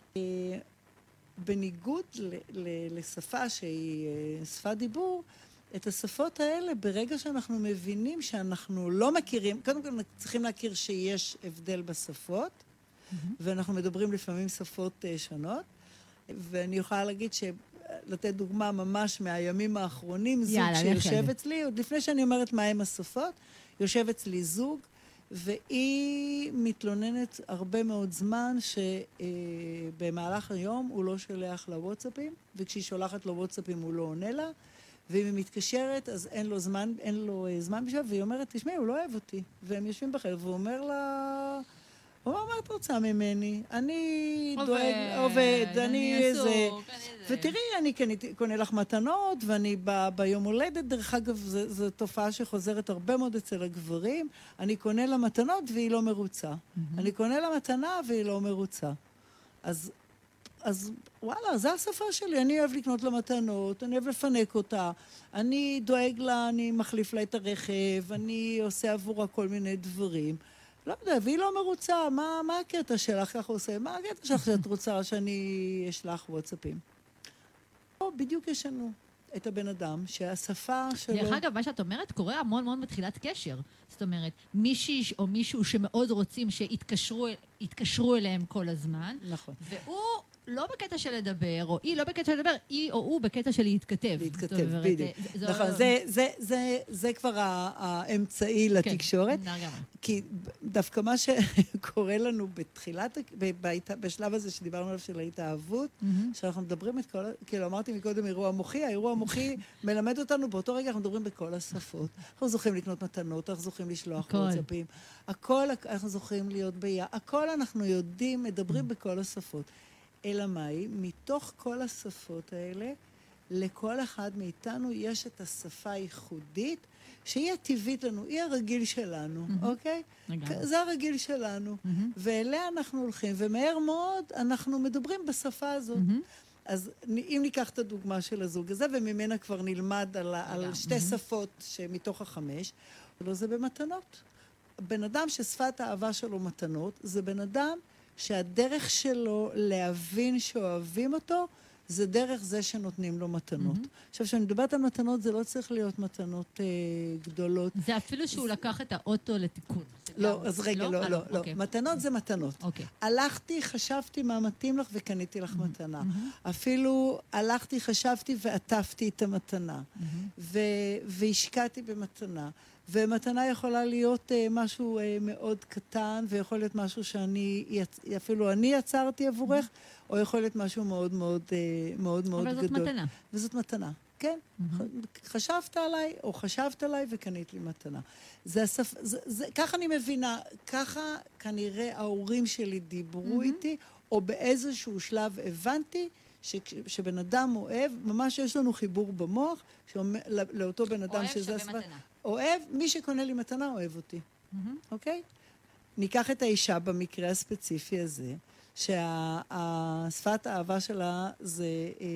בניגוד לשפה שהיא שפת דיבור, את השפות האלה, ברגע שאנחנו מבינים שאנחנו לא מכירים, קודם כל צריכים להכיר שיש הבדל בשפות, ואנחנו מדברים לפעמים שפות שונות, ואני יכולה להגיד לתת דוגמה ממש מהימים האחרונים, זוג שיושב אצלי, עוד לפני שאני אומרת מהם השפות, יושב אצלי זוג, והיא מתלוננת הרבה מאוד זמן שבמהלך היום הוא לא שולח לה וואטסאפים, וכשהיא שולחת לו וואטסאפים הוא לא עונה לה, ואם היא מתקשרת, אז אין לו זמן בשביל, והיא אומרת, תשמעי, הוא לא אוהב אותי. והם יושבים בחדר, והוא אומר לה, הוא אומר, מה את רוצה ממני? אני דואג, עובד, אני איזה... ותראי, אני קונה לך מתנות, ואני ביום הולדת, דרך אגב, זו תופעה שחוזרת הרבה מאוד אצל הגברים, אני קונה לה מתנות והיא לא מרוצה. אני קונה לה מתנה והיא לא מרוצה. אז וואלה, זו השפה שלי, אני אוהב לקנות לה מתנות, אני אוהב לפנק אותה, אני דואג לה, אני מחליף לה את הרכב, אני עושה עבורה כל מיני דברים. לא יודע, והיא לא מרוצה, מה הקטע שלך, ככה עושה? מה הקטע שלך שאת רוצה שאני אשלח וואטסאפים? בדיוק יש לנו את הבן אדם, שהשפה שלו... דרך אגב, מה שאת אומרת קורה המון מאוד בתחילת קשר. זאת אומרת, מישהי או מישהו שמאוד רוצים שיתקשרו אליהם כל הזמן. נכון. והוא לא בקטע של לדבר, או היא לא בקטע של לדבר, היא או הוא בקטע של להתכתב. להתכתב, בדיוק. נכון, זה כבר האמצעי לתקשורת. כי דווקא מה שקורה לנו בשלב הזה שדיברנו עליו של ההתאהבות, שאנחנו מדברים את כל, כאילו אמרתי מקודם אירוע מוחי, האירוע המוחי מלמד אותנו, באותו רגע אנחנו מדברים בכל השפות. אנחנו זוכים לקנות מתנות, אנחנו זוכים לשלוח וואטסאפים. הכל אנחנו זוכים להיות ביחד. הכל אנחנו יודעים, מדברים בכל השפות. אלא מהי? מתוך כל השפות האלה, לכל אחד מאיתנו יש את השפה הייחודית, שהיא הטבעית לנו, היא הרגיל שלנו, אוקיי? זה הרגיל שלנו. ואליה אנחנו הולכים, ומהר מאוד אנחנו מדברים בשפה הזאת. אז אם ניקח את הדוגמה של הזוג הזה, וממנה כבר נלמד על 2 שפות שמתוך 5, זה במתנות. בן אדם ששפת האהבה שלו מתנות, זה בן אדם שהדרך שלו להבין שאוהבים אותו, זה דרך זה שנותנים לו מתנות. עכשיו, כשאני מדברת על מתנות, זה לא צריך להיות מתנות גדולות. זה אפילו שהוא לקח את האוטו לתיקון. לא, אז רגע, לא. מתנות זה מתנות. הלכתי, חשבתי מה מתאים לך וקניתי לך מתנה. אפילו הלכתי, חשבתי ועטפתי את המתנה. והשקעתי במתנה. ומתנה יכולה להיות משהו מאוד קטן, ויכול להיות משהו אפילו אני יצרתי עבורך, או יכול להיות משהו מאוד מאוד גדול. אבל זאת מתנה. וזאת מתנה, כן. חשבת עליי, או חשבת עליי, וקנית לי מתנה. ככה אני מבינה, ככה כנראה ההורים שלי דיברו איתי, או באיזשהו שלב הבנתי, שבן אדם אוהב, ממש יש לנו חיבור במוח, לאותו בן אדם שזה... אוהב שווה מתנה. אוהב, מי שקונה לי מתנה אוהב אותי. אוקיי? ניקח את האישה במקרה הספציפי הזה, שהשפת האהבה שלה זה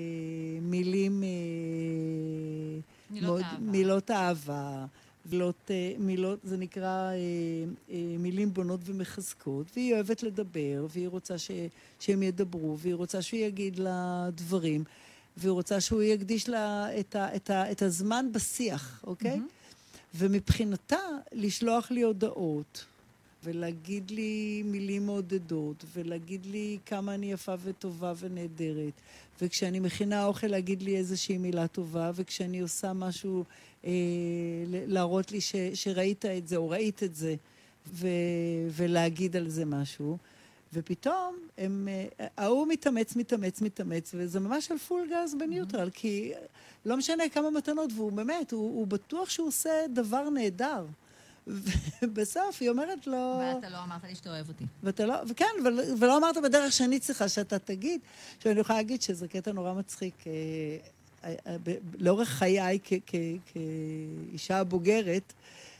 מילות אהבה, זה נקרא מילים בונות ומחזקות, והיא אוהבת לדבר, והיא רוצה שהם ידברו, והיא רוצה שהוא יגיד לה דברים, והיא רוצה שהוא יקדיש לה את הזמן בשיח, אוקיי? ומבחינתה, לשלוח לי הודעות, ולהגיד לי מילים מעודדות, ולהגיד לי כמה אני יפה וטובה ונהדרת, וכשאני מכינה אוכל להגיד לי איזושהי מילה טובה, וכשאני עושה משהו, להראות לי שראית את זה, או ראית את זה, ולהגיד על זה משהו. ופתאום ההוא מתאמץ, וזה ממש על פול גז בניוטרל, כי לא משנה כמה מתנות, והוא באמת, הוא בטוח שהוא עושה דבר נהדר. ובסוף היא אומרת לו... ואתה לא אמרת לי שאתה אוהב אותי. וכן, ולא אמרת בדרך שאני צריכה שאתה תגיד, שאני יכולה להגיד שזה קטע נורא מצחיק. לאורך חיי כאישה בוגרת,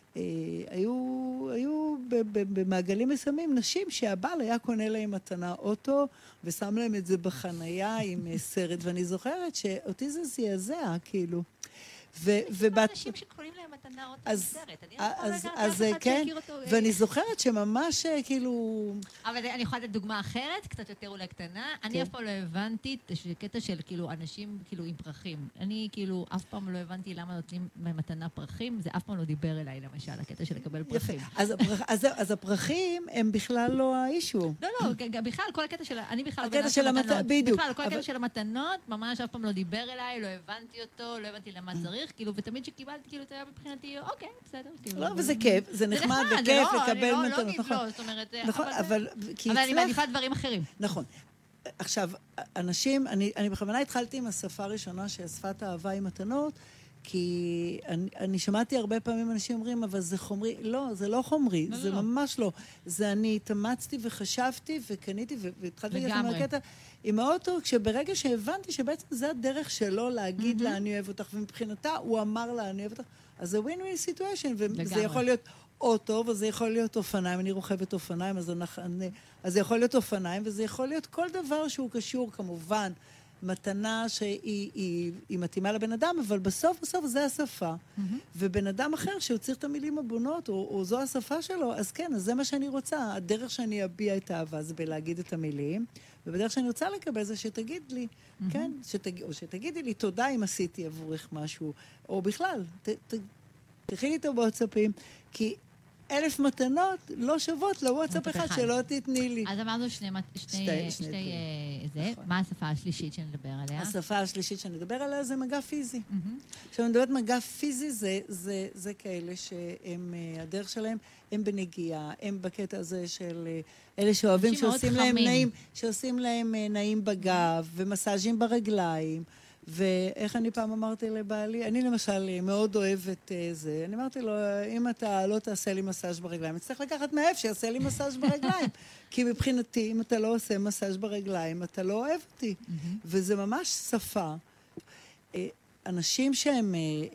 היו במעגלים מסוימים נשים שהבעל היה קונה להם מתנה אוטו ושם להם את זה בחנייה עם סרט, ואני זוכרת שאותי זה זעזע, כאילו. אנשים שקונים להם מתנה אוטו בסרט, אני לא יכולה לקחת אף אחד שיכיר אותו. ואני זוכרת שממש כאילו... אבל אני יכולה לתת דוגמה אחרת, קצת יותר אולי קטנה. אני אף פעם לא הבנתי קטע של כאילו אנשים כאילו עם פרחים. אני כאילו אף פעם לא הבנתי למה נותנים מתנה פרחים, זה אף פעם לא דיבר אליי למשל, הקטע של לקבל פרחים. אז הפרחים הם בכלל לא האישו. לא, בכלל כל הקטע של... אני בכלל הקטע של המתנות, בדיוק. בכלל כל הקטע של המתנות, ממש אף פעם לא דיבר אליי, לא הבנתי אותו, לא הבנתי למה צריך, כאילו, ותמיד שקיבלתי, כאילו, זה היה מבחינתי, אוקיי, בסדר, כאילו. לא, וזה כיף, זה נחמד וכיף לקבל מתנות. לא, זאת אומרת, נכון, אבל אני מעדיפה דברים אחרים. נכון. עכשיו, אנשים, אני בכוונה התחלתי עם השפה הראשונה, ששפת האהבה עם מתנות, כי אני שמעתי הרבה פעמים אנשים אומרים, אבל זה חומרי. לא, זה לא חומרי, זה ממש לא. זה אני התאמצתי וחשבתי וקניתי, והתחלתי לכם מהקטע עם האוטו, כשברגע שהבנתי שבעצם זה הדרך שלו להגיד לה, אני אוהב אותך, ומבחינתה הוא אמר לה, אני אוהב אותך, אז זה ווין-ווין סיטואשן, וזה יכול להיות אוטו, וזה יכול להיות אופניים, אני רוכבת אופניים, אז זה יכול להיות אופניים, וזה יכול להיות כל דבר שהוא קשור, כמובן, מתנה שהיא מתאימה לבן אדם, אבל בסוף זה השפה. ובן אדם אחר שהוא צריך את המילים הבונות, או זו השפה שלו, אז כן, אז זה מה שאני רוצה. הדרך שאני אביע את האהבה זה בלהגיד את המילים, ובדרך שאני רוצה לקבל זה שתגיד לי, כן? או שתגידי לי תודה אם עשיתי עבורך משהו, או בכלל, תכיני את הוואטסאפים, כי 1,000 מתנות לא שוות לוואטסאפ אחד שלא תתני לי. אז אמרנו מה השפה השלישית שנדבר עליה? השפה השלישית שנדבר עליה זה מגע פיזי. עכשיו, מדברת מגע פיזי זה כאלה שהם, הדרך שלהם, הם בנגיעה, הם בקטע הזה של אלה שאוהבים שעושים להם נעים בגב ומסאז'ים ברגליים. ואיך אני פעם אמרתי לבעלי, אני למשל מאוד אוהבת זה, אני אמרתי לו, אם אתה לא תעשה לי מסאז' ברגליים, אני צריך לקחת מאף שיעשה לי מסאז' ברגליים, כי מבחינתי, אם אתה לא עושה מסאז' ברגליים, אתה לא אוהב אותי. וזה ממש שפה. אנשים שהם,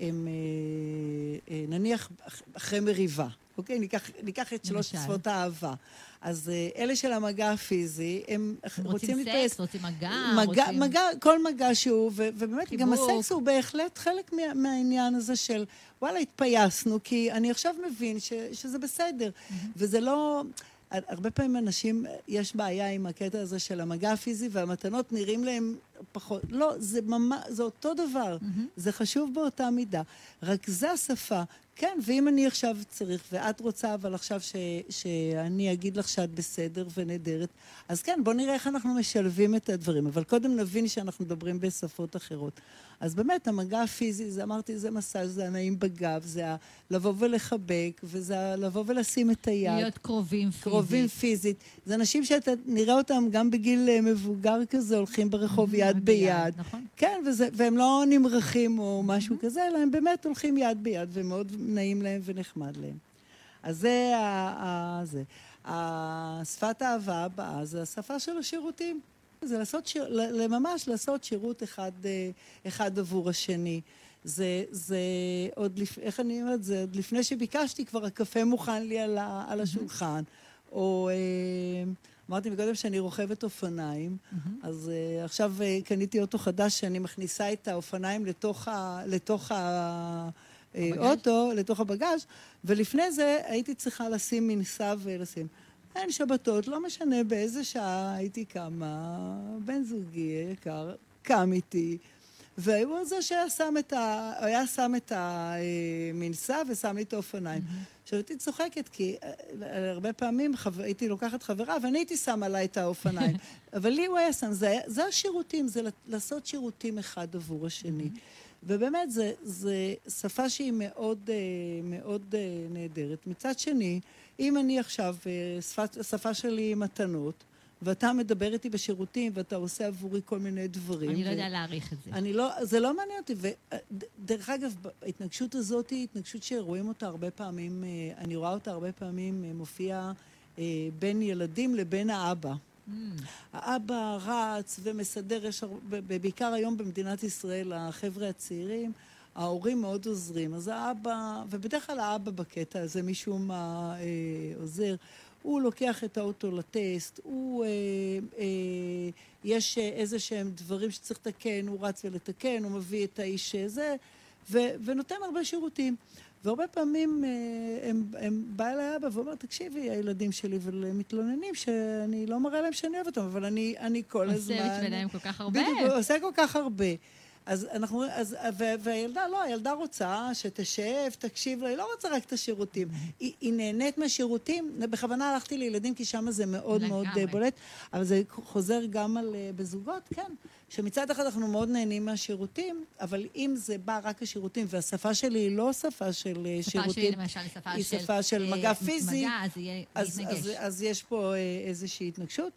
נניח אחרי מריבה, אוקיי? ניקח את 3 שפות האהבה. אז אלה של המגע הפיזי, הם רוצים להתפייס. סקס, רוצים מגע, כל מגע שהוא, ובאמת גם הסקס הוא בהחלט חלק מהעניין הזה של, וואלה, התפייסנו, כי אני עכשיו מבין שזה בסדר. וזה לא... הרבה פעמים אנשים, יש בעיה עם הקטע הזה של המגע הפיזי, והמתנות נראים להם פחות. לא, זה אותו דבר. זה חשוב באותה מידה. רק זה השפה. כן, ואם אני עכשיו צריך, ואת רוצה, אבל עכשיו שאני אגיד לך שאת בסדר ונהדרת, אז כן, בוא נראה איך אנחנו משלבים את הדברים. אבל קודם נבין שאנחנו מדברים בשפות אחרות. אז באמת, המגע הפיזי, זה אמרתי, זה מסאז', זה הנעים בגב, זה לבוא ולחבק, וזה לבוא ולשים את היד. להיות קרובים פיזית. קרובים פיזית. זה אנשים שאתה נראה אותם גם בגיל מבוגר כזה, הולכים ברחוב יד ביד. נכון. כן, והם לא נמרחים או משהו כזה, אלא הם באמת הולכים יד ביד, ומאוד נעים להם ונחמד להם. אז זה. השפת האהבה הבאה, זה השפה של השירותים. זה ממש לעשות שירות אחד עבור השני. זה עוד, איך אני אומרת, זה עוד לפני שביקשתי, כבר הקפה מוכן לי על השולחן. או אמרתי מקודם שאני רוכבת אופניים, אז עכשיו קניתי אוטו חדש שאני מכניסה את האופניים לתוך האוטו, לתוך הבגז', ולפני זה הייתי צריכה לשים מנסה ולשים. אין שבתות, לא משנה באיזה שעה הייתי קמה, בן זוגי יקר, קם איתי, והוא זה היה שם את המנסה ושם לי את האופניים. עכשיו, הייתי צוחקת, כי הרבה פעמים הייתי לוקחת חברה, ואני הייתי שם עליי את האופניים. אבל לי הוא היה שם, זה השירותים, זה לעשות שירותים אחד עבור השני. ובאמת, זה שפה שהיא מאוד, מאוד נהדרת. מצד שני, אם אני עכשיו, שפה שלי מתנות, ואתה מדבר איתי בשירותים, ואתה עושה עבורי כל מיני דברים. אני לא יודע להעריך את זה. זה לא מעניין אותי. ודרך אגב, ההתנגשות הזאת היא התנגשות שרואים אותה הרבה פעמים, אני רואה אותה הרבה פעמים מופיעה בין ילדים לבין האבא. האבא רץ ומסדר, בעיקר היום במדינת ישראל, החבר'ה הצעירים, ההורים מאוד עוזרים. אז האבא, ובדרך כלל האבא בקטע הזה משום מה עוזר, הוא לוקח את האוטו לטסט, יש איזה שהם דברים שצריך לתקן, הוא רץ ולתקן, הוא מביא את האיש הזה, ונותן הרבה שירותים. והרבה פעמים הם בא אליי אבא ואומר, תקשיבי, הילדים שלי מתלוננים שאני לא מראה להם שאני אוהב אותם, אבל אני כל הזמן... עושה בשבילם כל כך הרבה. בדיוק, עושה כל כך הרבה. והילדה, לא, הילדה רוצה שתשב, תקשיב לה, היא לא רוצה רק את השירותים. היא נהנית מהשירותים, בכוונה הלכתי לילדים, כי שם זה מאוד מאוד בולט, אבל זה חוזר גם בזוגות, כן, שמצד אחד אנחנו מאוד נהנים מהשירותים, אבל אם זה בא רק השירותים, והשפה שלי היא לא שפה של שירותים, שפה שלי למשל היא שפה של מגע פיזי, אז יהיה להתנגש. אז יש פה איזושהי התנגשות,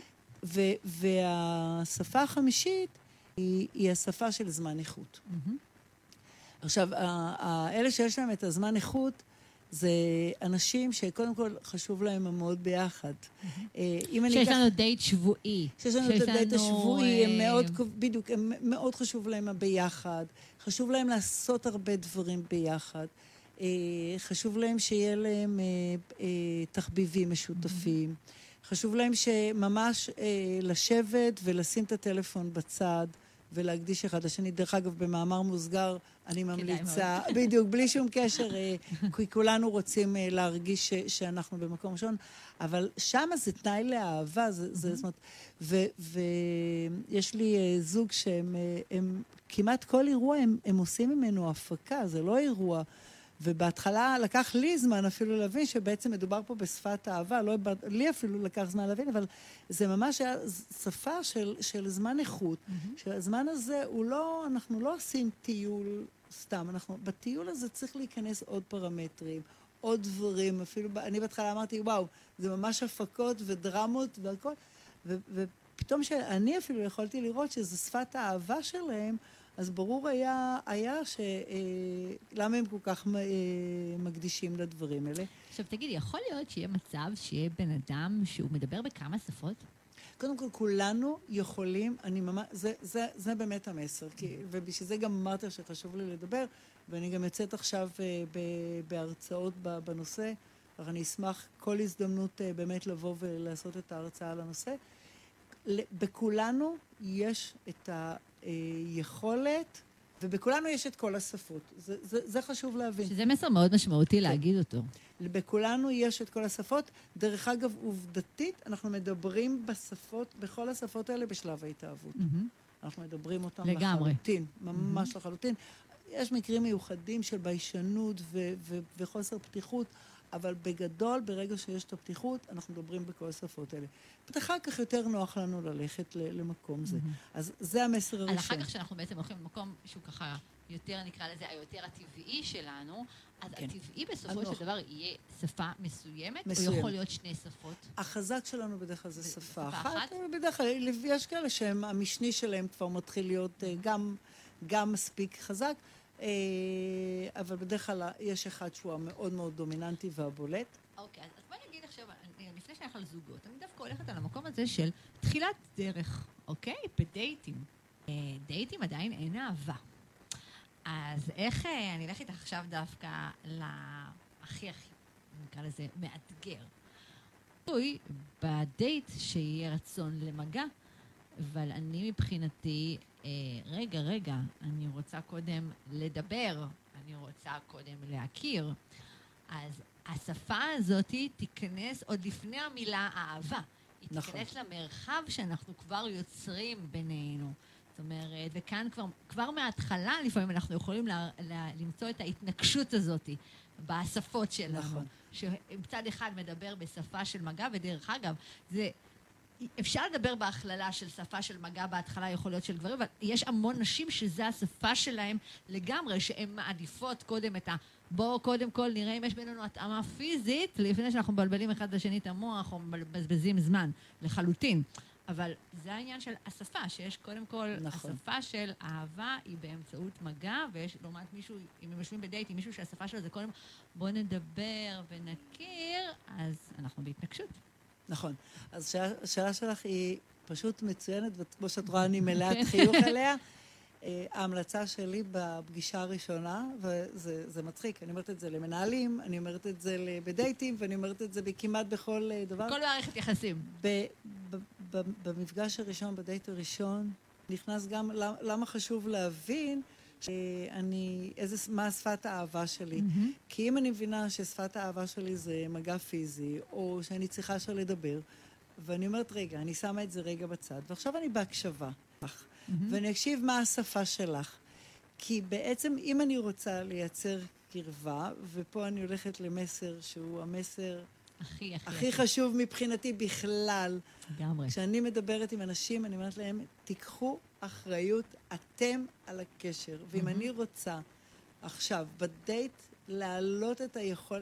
והשפה החמישית, היא השפה של זמן איכות. עכשיו, אלה שיש להם את הזמן איכות, זה אנשים שקודם כל חשוב להם מאוד ביחד. שיש לנו דייט שבועי. שיש לנו את הדייט השבועי, בדיוק, הם מאוד חשוב להם הביחד. חשוב להם לעשות הרבה דברים ביחד. חשוב להם שיהיה להם תחביבים משותפים. חשוב להם שממש לשבת ולשים את הטלפון בצד. ולהקדיש אחד לשני. דרך אגב, במאמר מוסגר, אני ממליצה, בדיוק, בלי שום קשר, כי כולנו רוצים להרגיש שאנחנו במקום ראשון, אבל שם זה תנאי לאהבה, זאת אומרת, ויש לי זוג שהם, כמעט כל אירוע, הם עושים ממנו הפקה, זה לא אירוע, ובהתחלה לקח לי זמן אפילו להבין שבעצם מדובר פה בשפת אהבה, לא, לי אפילו לקח זמן להבין, אבל זה ממש היה שפה של זמן איכות, שהזמן הזה הוא לא, אנחנו לא עושים טיול סתם, בטיול הזה צריך להיכנס עוד פרמטרים, עוד דברים, אפילו, אני בהתחלה אמרתי, וואו, זה ממש הפקות ודרמות והכל, ופתאום שאני אפילו יכולתי לראות שזו שפת האהבה שלהם, אז ברור היה למה הם כל כך מקדישים לדברים האלה. עכשיו תגידי, יכול להיות שיהיה מצב שיהיה בן אדם שהוא מדבר בכמה שפות? קודם כל, כולנו יכולים, זה באמת המסר, ובשביל זה גם אמרתי שחשוב לי לדבר, ואני גם יוצאת עכשיו בהרצאות בנושא, אבל אני אשמח כל הזדמנות באמת לבוא ולעשות את ההרצאה על הנושא. בכולנו יש את היכולת, ובכולנו יש את כל השפות. זה חשוב להבין. שזה מסר מאוד משמעותי להגיד אותו. בכולנו יש את כל השפות. דרך אגב, עובדתית, אנחנו מדברים בשפות, בכל השפות האלה בשלב ההתאהבות. אנחנו מדברים אותם לחלוטין. ממש לחלוטין. יש מקרים מיוחדים של ביישנות וחוסר פתיחות, אבל בגדול, ברגע שיש את הפתיחות, אנחנו מדברים בכל השפות האלה. אחר כך יותר נוח לנו ללכת למקום זה. אז זה המסר הראשון. אחר כך שאנחנו בעצם הולכים למקום שהוא ככה יותר, נקרא לזה, היותר הטבעי שלנו, אז הטבעי בסופו של דבר יהיה שפה מסוימת, או יכול להיות שני שפות? החזק שלנו בדרך כלל זה שפה אחת. בדרך כלל, יש כאלה שהמשני שלהם כבר מתחיל להיות גם מספיק חזק, אבל בדרך כלל יש אחד שהוא המאוד מאוד דומיננטי והבולט. אוקיי, אז בואי נגיד עכשיו, לפני שאני הולכת על זוגות, אני דווקא הולכת על המקום הזה של תחילת דרך, אוקיי? בדייטים. דייטים עדיין אין אהבה. אז איך אני אלך איתך עכשיו דווקא להכי, נקרא לזה, מאתגר. בדייט שיהיה רצון למגע, אבל אני מבחינתי, רגע, אני רוצה קודם לדבר, אני רוצה קודם להכיר. אז השפה הזאת תיכנס עוד לפני המילה אהבה. היא תיכנס למרחב שאנחנו כבר יוצרים בינינו. זאת אומרת, וכאן כבר מההתחלה לפעמים אנחנו יכולים למצוא את ההתנגשות הזאת בשפות שלנו. נכון. שמצד אחד מדבר בשפה של מגע, ודרך אגב, אפשר לדבר בהכללה של שפה של מגע בהתחלה יכול להיות של גברים, אבל יש המון נשים שזה השפה שלהם לגמרי, שהן מעדיפות קודם את בואו קודם כל נראה אם יש בינינו התאמה פיזית, לפני שאנחנו מבלבלים אחד לשני את המוח או מבזבזים זמן, לחלוטין. אבל זה העניין של השפה, שיש קודם כל, נכון. השפה של אהבה היא באמצעות מגע, ויש לעומת מישהו, אם הם יושבים בדייט עם מישהו שהשפה שלו זה קודם, בוא נדבר ונכיר, אז אנחנו בהתנגשות. נכון. אז השאלה שלך היא פשוט מצוינת, וכמו שאת רואה אני מלאת חיוך עליה. ההמלצה שלי בפגישה הראשונה, וזה מצחיק, אני אומרת את זה למנהלים, אני אומרת את זה בדייטים, ואני אומרת את זה כמעט בכל דבר. כל מערכת יחסים. במפגש הראשון, בדייט הראשון, נכנס גם למה חשוב להבין מה שפת האהבה שלי. כי אם אני מבינה ששפת האהבה שלי זה מגע פיזי, או שאני צריכה עכשיו לדבר, ואני אומרת, רגע, אני שמה את זה רגע בצד, ועכשיו אני בהקשבה. ואני אקשיב מה השפה שלך. כי בעצם אם אני רוצה לייצר קרבה, ופה אני הולכת למסר שהוא המסר הכי חשוב מבחינתי בכלל. לגמרי. כשאני מדברת עם אנשים, אני אומרת להם, תיקחו אחריות אתם על הקשר. ואם אני רוצה עכשיו בדייט להעלות את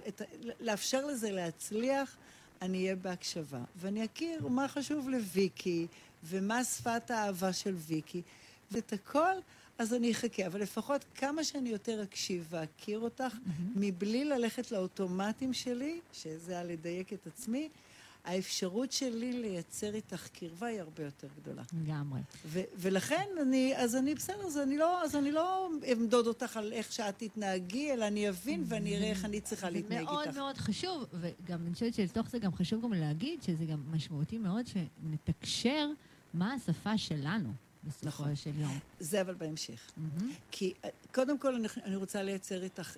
לאפשר לזה להצליח, אני אהיה בהקשבה. ואני אכיר מה חשוב לויקי, ומה שפת האהבה של ויקי. ואת הכל, אז אני אחכה. אבל לפחות כמה שאני יותר אקשיב ואכיר אותך, מבלי ללכת לאוטומטים שלי, שזה על לדייק את עצמי, האפשרות שלי לייצר איתך קרבה היא הרבה יותר גדולה. לגמרי. ולכן בסדר, אז אני לא אמדוד אותך על איך שאת תתנהגי, אלא אני אבין ואני אראה איך אני צריכה להתנהג איתך. מאוד מאוד חשוב, וגם אני חושבת שלתוך זה גם חשוב גם להגיד, שזה גם משמעותי מאוד שנתקשר מה השפה שלנו בסופו של יום. זה אבל בהמשך. כי קודם כל אני רוצה לייצר איתך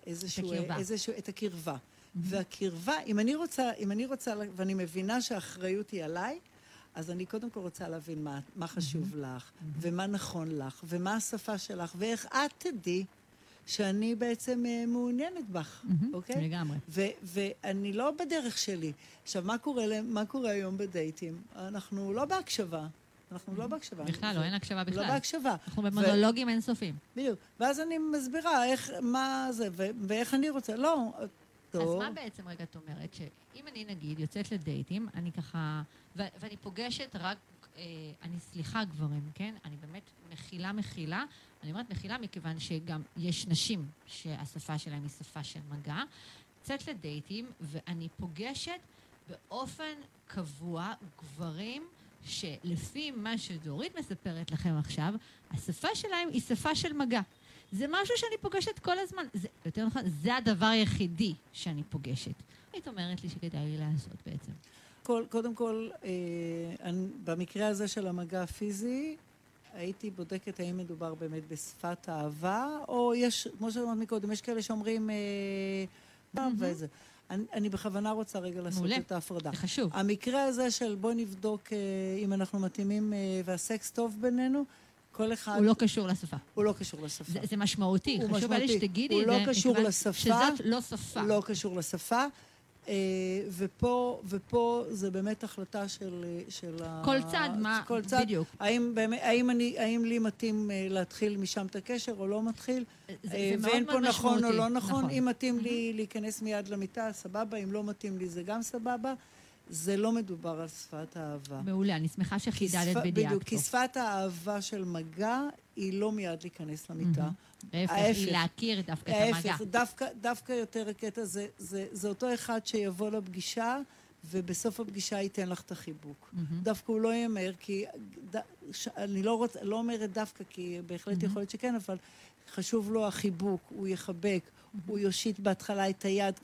את הקרבה. והקרבה, אם אני רוצה, ואני מבינה שהאחריות היא עליי, אז אני קודם כל רוצה להבין מה חשוב לך, ומה נכון לך, ומה השפה שלך, ואיך את תדעי שאני בעצם מעוניינת בך, אוקיי? לגמרי. ואני לא בדרך שלי. עכשיו, מה קורה היום בדייטים? אנחנו לא בהקשבה. בכלל, לא, אין הקשבה בכלל. לא בהקשבה. אנחנו במונולוגים אינסופיים. בדיוק. ואז אני מסבירה מה זה, ואיך אני רוצה. לא, אז מה בעצם רגע את אומרת? שאם אני נגיד יוצאת לדייטים, אני ככה, ואני פוגשת רק, אני סליחה גברים, כן? אני באמת מכילה. אני אומרת מכילה מכיוון שגם יש נשים שהשפה שלהם היא שפה של מגע. יוצאת לדייטים ואני פוגשת באופן קבוע גברים שלפי מה שדורית מספרת לכם עכשיו, השפה שלהם היא שפה של מגע. זה משהו שאני פוגשת כל הזמן. יותר נכון, זה הדבר היחידי שאני פוגשת. היית אומרת לי שכדאי לי לעשות בעצם. קודם כל, במקרה הזה של המגע הפיזי, הייתי בודקת האם מדובר באמת בשפת האהבה, או יש, כמו שאמרת מקודם, יש כאלה שאומרים, וזה. אני בכוונה רוצה רגע לעשות את ההפרדה. זה חשוב. המקרה הזה של בוא נבדוק אם אנחנו מתאימים והסקס טוב בינינו, כל אחד... הוא לא קשור לשפה. הוא לא קשור לשפה. זה משמעותי. חשוב לי שתגידי את זה. הוא לא קשור לשפה. שזאת לא שפה. לא קשור לשפה. ופה זה באמת החלטה של כל צד, מה? כל צד. בדיוק. האם לי מתאים להתחיל משם את הקשר או לא מתחיל? ואין פה נכון או לא נכון. אם מתאים לי להיכנס מיד למיטה, סבבה. אם לא מתאים לי, זה גם סבבה. זה לא מדובר על שפת האהבה. מעולה, אני שמחה שחידדת בדיוק. בדיוק, כי שפת האהבה של מגע היא לא מיד להיכנס למיטה. ההפך, היא להכיר דווקא את המגע. ההפך, דווקא יותר הקטע, זה אותו אחד שיבוא לפגישה, ובסוף הפגישה ייתן לך את החיבוק. דווקא הוא לא יאמר, כי אני לא אומרת דווקא, כי בהחלט יכול להיות שכן, אבל חשוב לו החיבוק, הוא יחבק, הוא יושיט בהתחלה את היד,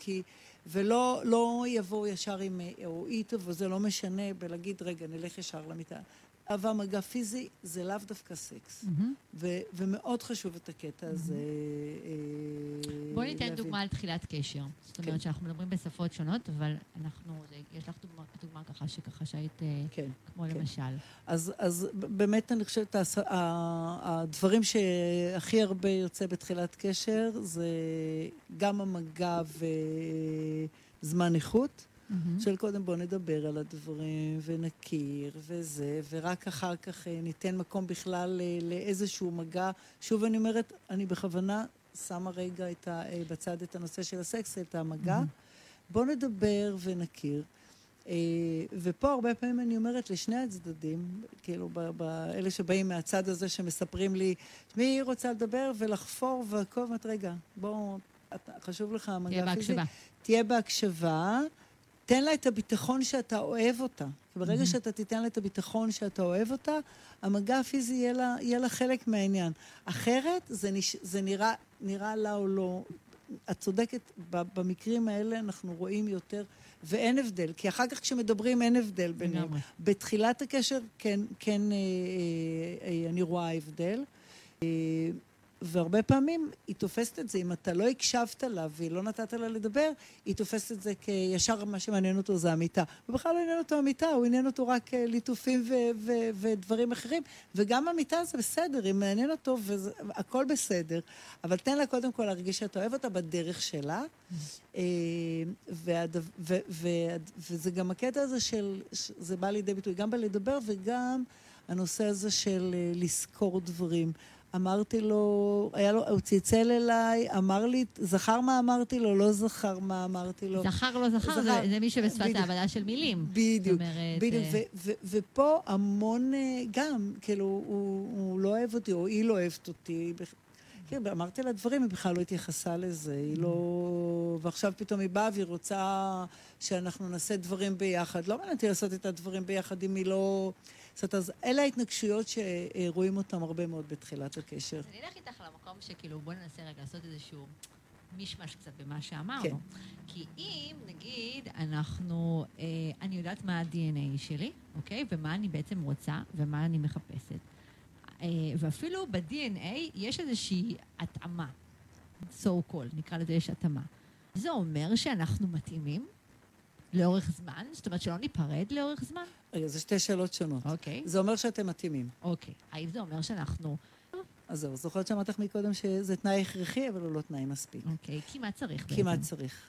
ולא יבוא ישר עם, או איתו, וזה לא משנה, בלהגיד, רגע, נלך ישר למיטה. אהבה מגע פיזי זה לאו דווקא סקס. ומאוד חשוב את הקטע הזה. בואי ניתן דוגמה על תחילת קשר. זאת אומרת שאנחנו מדברים בשפות שונות, אבל יש לך דוגמה ככה שהיית כמו למשל. אז באמת אני חושבת, הדברים שהכי הרבה יוצא בתחילת קשר, זה גם המגע וזמן איכות, של קודם בוא נדבר על הדברים ונכיר וזה, ורק אחר כך ניתן מקום בכלל לאיזשהו מגע. שוב אני אומרת, אני בכוונה שמה רגע בצד את הנושא של הסקס, את המגע. בוא נדבר ונכיר. ופה הרבה פעמים אני אומרת לשני הצדדים, כאילו אלה שבאים מהצד הזה שמספרים לי, מי רוצה לדבר ולחפור והכל, ואת רגע, בוא, חשוב לך המגע פיזי. תהיה בהקשבה. תן לה את הביטחון שאתה אוהב אותה. ברגע שאתה תיתן לה את הביטחון שאתה אוהב אותה, המגע הפיזי יהיה לה חלק מהעניין. אחרת, זה נראה לה או לא. את צודקת, במקרים האלה אנחנו רואים יותר, ואין הבדל. כי אחר כך כשמדברים אין הבדל ביניהם. בתחילת הקשר, כן, אני רואה הבדל. והרבה פעמים היא תופסת את זה, אם אתה לא הקשבת לה והיא לא נתת לה לדבר, היא תופסת את זה כישר מה שמעניין אותו זה המיטה. ובכלל לא עניין אותו המיטה, הוא עניין אותו רק ליטופים ודברים אחרים. וגם המיטה זה בסדר, היא מעניין אותו והכל בסדר. אבל תן לה קודם כל להרגיש שאתה אוהב אותה בדרך שלה. וזה גם הקטע הזה זה בא לידי ביטוי, גם בלדבר וגם הנושא הזה של לזכור דברים. אמרתי לו, הוא צלצל אליי, אמר לי, זכר מה אמרתי לו, לא זכר מה אמרתי לו. זכר לא זכר, זה מי שבשפת העבודה של מילים. בדיוק, ופה המון גם, כאילו, הוא לא אוהב אותי, או היא לא אוהבת אותי. אמרתי לה דברים, היא בכלל לא התייחסה לזה, היא לא... ועכשיו פתאום היא באה והיא רוצה שאנחנו נעשה דברים ביחד. לא מעניין אותי לעשות את הדברים ביחד אם היא לא... זאת אומרת, אז אלה ההתנגשויות שרואים אותם הרבה מאוד בתחילת הקשר. אז אני אלך איתך למקום שכאילו, בוא ננסה רגע לעשות איזשהו משמש קצת במה שאמרנו. כן. כי אם, נגיד, אני יודעת מה ה-DNA שלי, אוקיי? ומה אני בעצם רוצה ומה אני מחפשת. ואפילו ב-DNA יש איזושהי התאמה, so called, נקרא לזה יש התאמה. זה אומר שאנחנו מתאימים לאורך זמן? זאת אומרת שלא ניפרד לאורך זמן? זה שתי שאלות שונות. אוקיי. זה אומר שאתם מתאימים. אוקיי. האם זה אומר שאנחנו... אז זהו, זוכרת שאמרת לך מקודם שזה תנאי הכרחי, אבל הוא לא תנאי מספיק. אוקיי, כמעט צריך בעצם. כמעט צריך.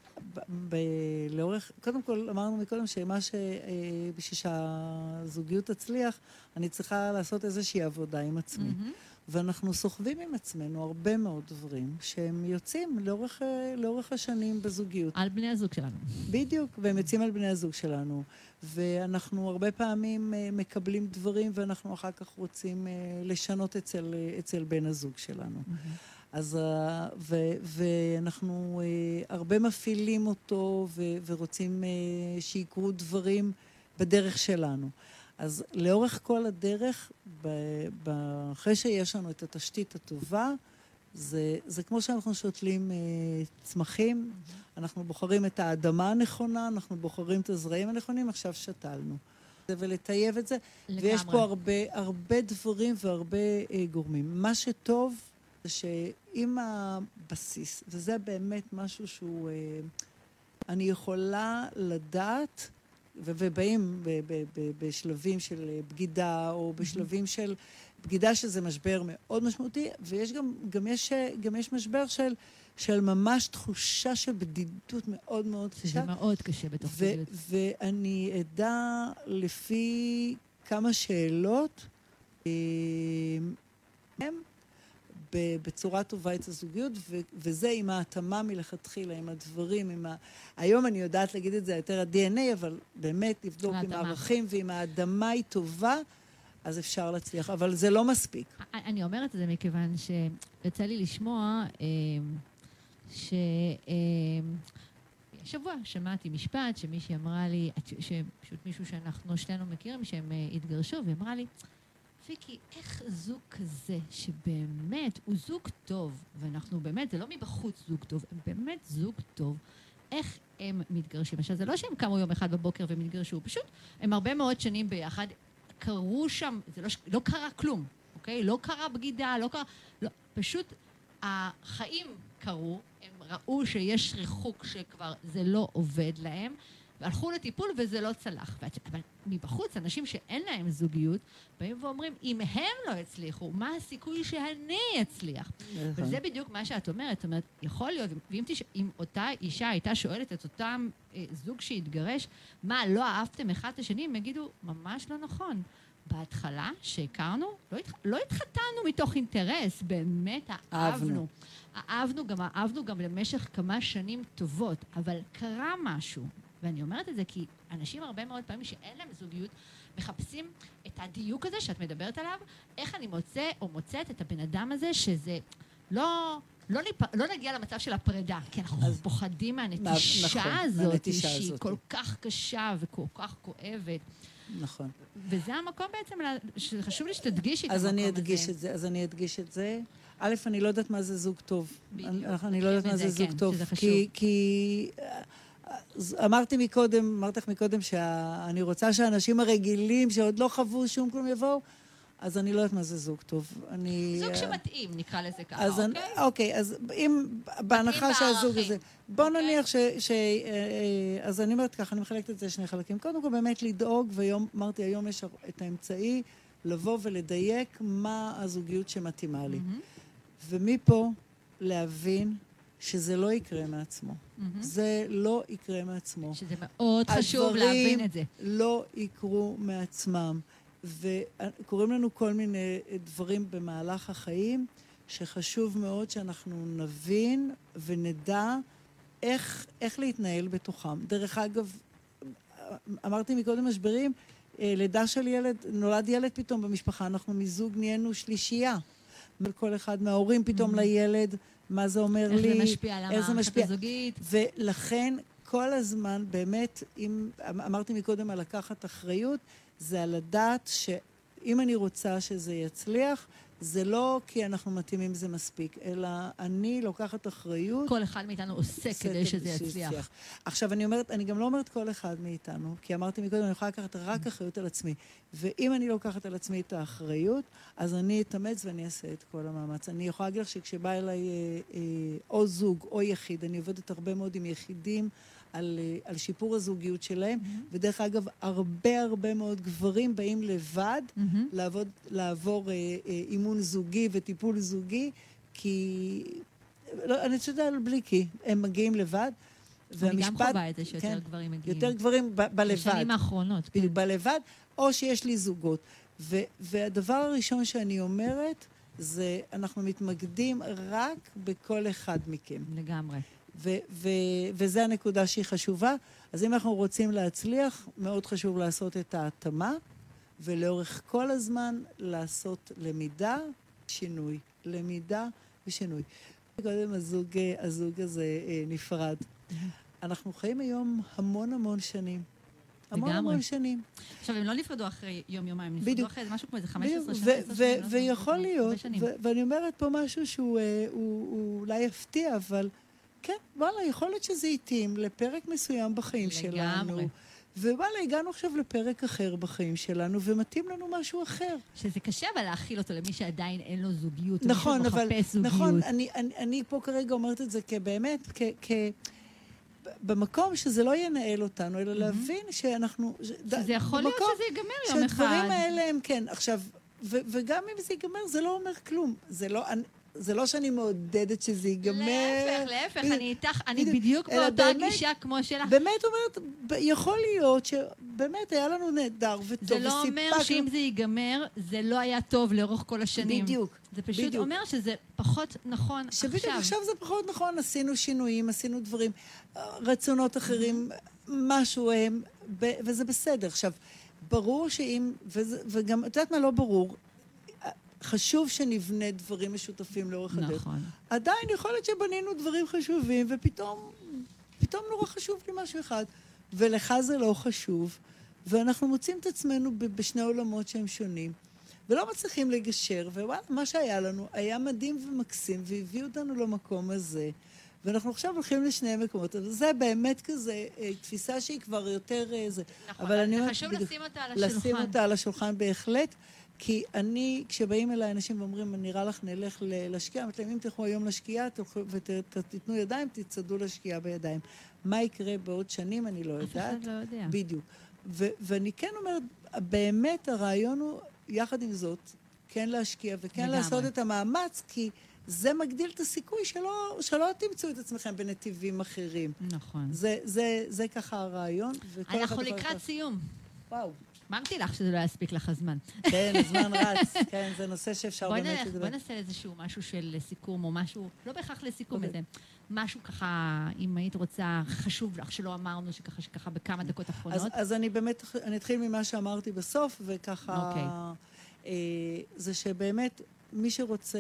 קודם כל אמרנו מקודם שמה בשביל שהזוגיות תצליח, אני צריכה לעשות איזושהי עבודה עם עצמי. ואנחנו סוחבים עם עצמנו הרבה מאוד דברים שהם יוצאים לאורך השנים בזוגיות. על בני הזוג שלנו. בדיוק, והם יוצאים על בני הזוג שלנו. ואנחנו הרבה פעמים מקבלים דברים ואנחנו אחר כך רוצים לשנות אצל בן הזוג שלנו. אז, ואנחנו הרבה מפעילים אותו ורוצים שיקרו דברים בדרך שלנו. אז לאורך כל הדרך, אחרי שיש לנו את התשתית הטובה, זה כמו שאנחנו שותלים צמחים, אנחנו בוחרים את האדמה הנכונה, אנחנו בוחרים את הזרעים הנכונים, עכשיו שתלנו. ולטייב את זה, לגמרי. ויש פה הרבה דברים והרבה גורמים. מה שטוב זה שעם הבסיס, וזה באמת משהו שהוא, אני יכולה לדעת, ובאים בשלבים של בגידה, או בשלבים של בגידה שזה משבר מאוד משמעותי, ויש גם יש משבר של ממש תחושה של בדידות מאוד מאוד קשה. שזה מאוד קשה בתוך בדידות. ואני אדע לפי כמה שאלות, בצורה טובה את הזוגיות, וזה עם ההתאמה מלכתחילה, עם הדברים, היום אני יודעת להגיד את זה יותר ה-DNA, אבל באמת לבדוק עם הערכים ועם האדמה היא טובה, אז אפשר להצליח, אבל זה לא מספיק. אני אומרת את זה מכיוון שיצא לי לשמוע שבוע שמעתי משפט שמישהי אמרה לי, שפשוט מישהו שאנחנו שנינו מכירים, שהם התגרשו, ואמרה לי, פיקי, איך זוג כזה, שבאמת הוא זוג טוב, ואנחנו באמת, זה לא מבחוץ זוג טוב, הם באמת זוג טוב, איך הם מתגרשים? עכשיו, זה לא שהם קמו יום אחד בבוקר והם התגרשו, פשוט הם הרבה מאוד שנים ביחד, קרו שם, זה לא קרה כלום, אוקיי? לא קרה בגידה, לא קרה... לא, פשוט החיים קרו, הם ראו שיש ריחוק שכבר זה לא עובד להם, והלכו לטיפול וזה לא צלח. אבל מבחוץ, אנשים שאין להם זוגיות, באים ואומרים, אם הם לא הצליחו, מה הסיכוי שאני אצליח? וזה בדיוק מה שאת אומרת. זאת אומרת, יכול להיות, אם אותה אישה הייתה שואלת את אותם זוג שהתגרש, מה, לא אהבתם אחד את השני? הם יגידו, ממש לא נכון. בהתחלה שהכרנו, לא התחתנו מתוך אינטרס, באמת אהבנו. אהבנו גם למשך כמה שנים טובות, אבל קרה משהו. ואני אומרת את זה כי אנשים הרבה מאוד פעמים שאין להם זוגיות, מחפשים את הדיוק הזה שאת מדברת עליו, איך אני מוצא או מוצאת את הבן אדם הזה שזה לא נגיע למצב של הפרידה, כי אנחנו פוחדים מהנטישה הזאת, שהיא כל כך קשה וכל כך כואבת. נכון. וזה המקום בעצם, שחשוב לי שתדגישי את המקום הזה. אז אני אדגיש את זה. א', אני לא יודעת מה זה זוג טוב. אני לא יודעת מה זה זוג טוב. כי אמרתי לך מקודם שאני רוצה שהאנשים הרגילים שעוד לא חוו שום כלום יבואו, אז אני לא יודעת מה זה זוג טוב. זוג שמתאים, נקרא לזה ככה, אוקיי? אז אם בהנחה שהזוג הזה... בוא נניח אז אני אומרת ככה, אני מחלקת את זה לשני חלקים. קודם כל באמת לדאוג, והיום, אמרתי, היום יש את האמצעי לבוא ולדייק מה הזוגיות שמתאימה לי. ומפה להבין שזה לא יקרה מעצמו. זה לא יקרה מעצמו. שזה מאוד חשוב להבין את זה. הדברים לא יקרו מעצמם. וקוראים לנו כל מיני דברים במהלך החיים, שחשוב מאוד שאנחנו נבין ונדע איך להתנהל בתוכם. דרך אגב, אמרתי מקודם משברים, לידה של ילד, נולד ילד פתאום במשפחה, אנחנו מזוג נהיינו שלישייה. כל אחד מההורים פתאום לילד, מה זה אומר לי, איך זה משפיע על המערכת הזוגית. ולכן כל הזמן, באמת, אמרתי מקודם על לקחת אחריות, זה על הדעת שאם אני רוצה שזה יצליח, זה לא כי אנחנו מתאימים זה מספיק, אלא אני לוקחת אחריות. כל אחד מאיתנו עושה כדי שזה יצליח. עכשיו אני גם לא אומרת כל אחד מאיתנו, כי אמרתי מקודם, אני יכולה לקחת רק אחריות על עצמי. ואם אני לוקחת על עצמי את האחריות, אז אני אתאמץ ואני אעשה את כל המאמץ. אני יכולה להגיד לך שכשבא אליי או זוג או יחיד, אני עובדת הרבה מאוד עם יחידים, על שיפור הזוגיות שלהם, ודרך אגב, הרבה מאוד גברים באים לבד לעבור אימון זוגי וטיפול זוגי, כי, אני יודעת בלי כי, הם מגיעים לבד, אני גם חווה את זה שיותר גברים מגיעים. יותר גברים בלבד. בשנים האחרונות. בלבד, או שיש לי זוגות. והדבר הראשון שאני אומרת, זה אנחנו מתמקדים רק בכל אחד מכם. לגמרי. וזה הנקודה שהיא חשובה. אז אם אנחנו רוצים להצליח, מאוד חשוב לעשות את ההתאמה, ולאורך כל הזמן לעשות למידה, שינוי. למידה ושינוי. קודם הזוג הזה נפרד. אנחנו חיים היום המון שנים. המון שנים. עכשיו, הם לא נפרדו אחרי יום-יומיים, הם נפרדו אחרי משהו כמו איזה 15 שנה. ויכול להיות, ואני אומרת פה משהו שהוא אולי יפתיע, אבל כן, וואלה, יכול להיות שזה יתאים לפרק מסוים בחיים שלנו. ווואלה, הגענו עכשיו לפרק אחר בחיים שלנו, ומתאים לנו משהו אחר. שזה קשה, אבל להכיל אותו למי שעדיין אין לו זוגיות. נכון, אבל, נכון, אני פה כרגע אומרת את זה כבאמת, במקום שזה לא ינהל אותנו, אלא להבין שאנחנו... שזה יכול להיות שזה ייגמר יום אחד. שהדברים האלה הם כן. עכשיו, וגם אם זה ייגמר, זה לא אומר כלום. זה לא שאני מעודדת שזה ייגמר. להפך, אני איתך, אני בדיוק באותה גישה כמו שלך. באמת אומרת, יכול להיות שבאמת היה לנו נהדר וטוב. זה לא אומר שאם זה ייגמר, זה לא היה טוב לאורך כל השנים. בדיוק. זה פשוט אומר שזה פחות נכון עכשיו. שבדיוק עכשיו זה פחות נכון, עשינו שינויים, עשינו דברים, רצונות אחרים, משהו, וזה בסדר. עכשיו, ברור שאם, וגם, את יודעת מה לא ברור, חשוב שנבנה דברים משותפים לאורך הדרך. נכון. עדיין יכול להיות שבנינו דברים חשובים, ופתאום נורא חשוב לי משהו אחד, ולך זה לא חשוב, ואנחנו מוצאים את עצמנו בשני עולמות שהם שונים, ולא מצליחים לגשר, ווואלה, מה שהיה לנו היה מדהים ומקסים, והביא אותנו למקום הזה, ואנחנו עכשיו הולכים לשני מקומות. אבל זה באמת כזה, תפיסה שהיא כבר יותר... נכון, אבל זה חשוב לשים אותה על השולחן. לשים אותה על השולחן בהחלט, כי כשבאים אליי אנשים ואומרים, נראה לך נלך לשקיעה, אמרתי להם, אם תלכו היום לשקיעה ותיתנו ידיים, תצעדו לשקיעה בידיים. מה יקרה בעוד שנים, אני לא יודעת. אף אחד לא יודע. בדיוק. ואני כן אומרת, באמת הרעיון הוא, יחד עם זאת, כן להשקיע וכן לעשות את המאמץ, כי זה מגדיל את הסיכוי שלא תמצאו את עצמכם בנתיבים אחרים. נכון. זה ככה הרעיון. אנחנו לקראת סיום. וואו. אמרתי לך שזה לא יספיק לך הזמן. כן, הזמן רץ. כן, זה נושא שאפשר באמת לדבר. בוא נעשה איזשהו משהו של סיכום, או משהו, לא בהכרח לסיכום, משהו ככה, אם היית רוצה, חשוב לך, שלא אמרנו, שככה בכמה דקות אחרונות. אז אני באמת, אני אתחיל ממה שאמרתי בסוף, וככה, זה שבאמת, מי שרוצה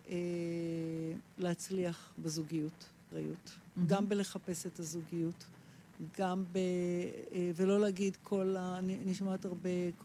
להצליח בזוגיות, גם בלחפש את הזוגיות, גם ולא להגיד אני שומעת הרבה,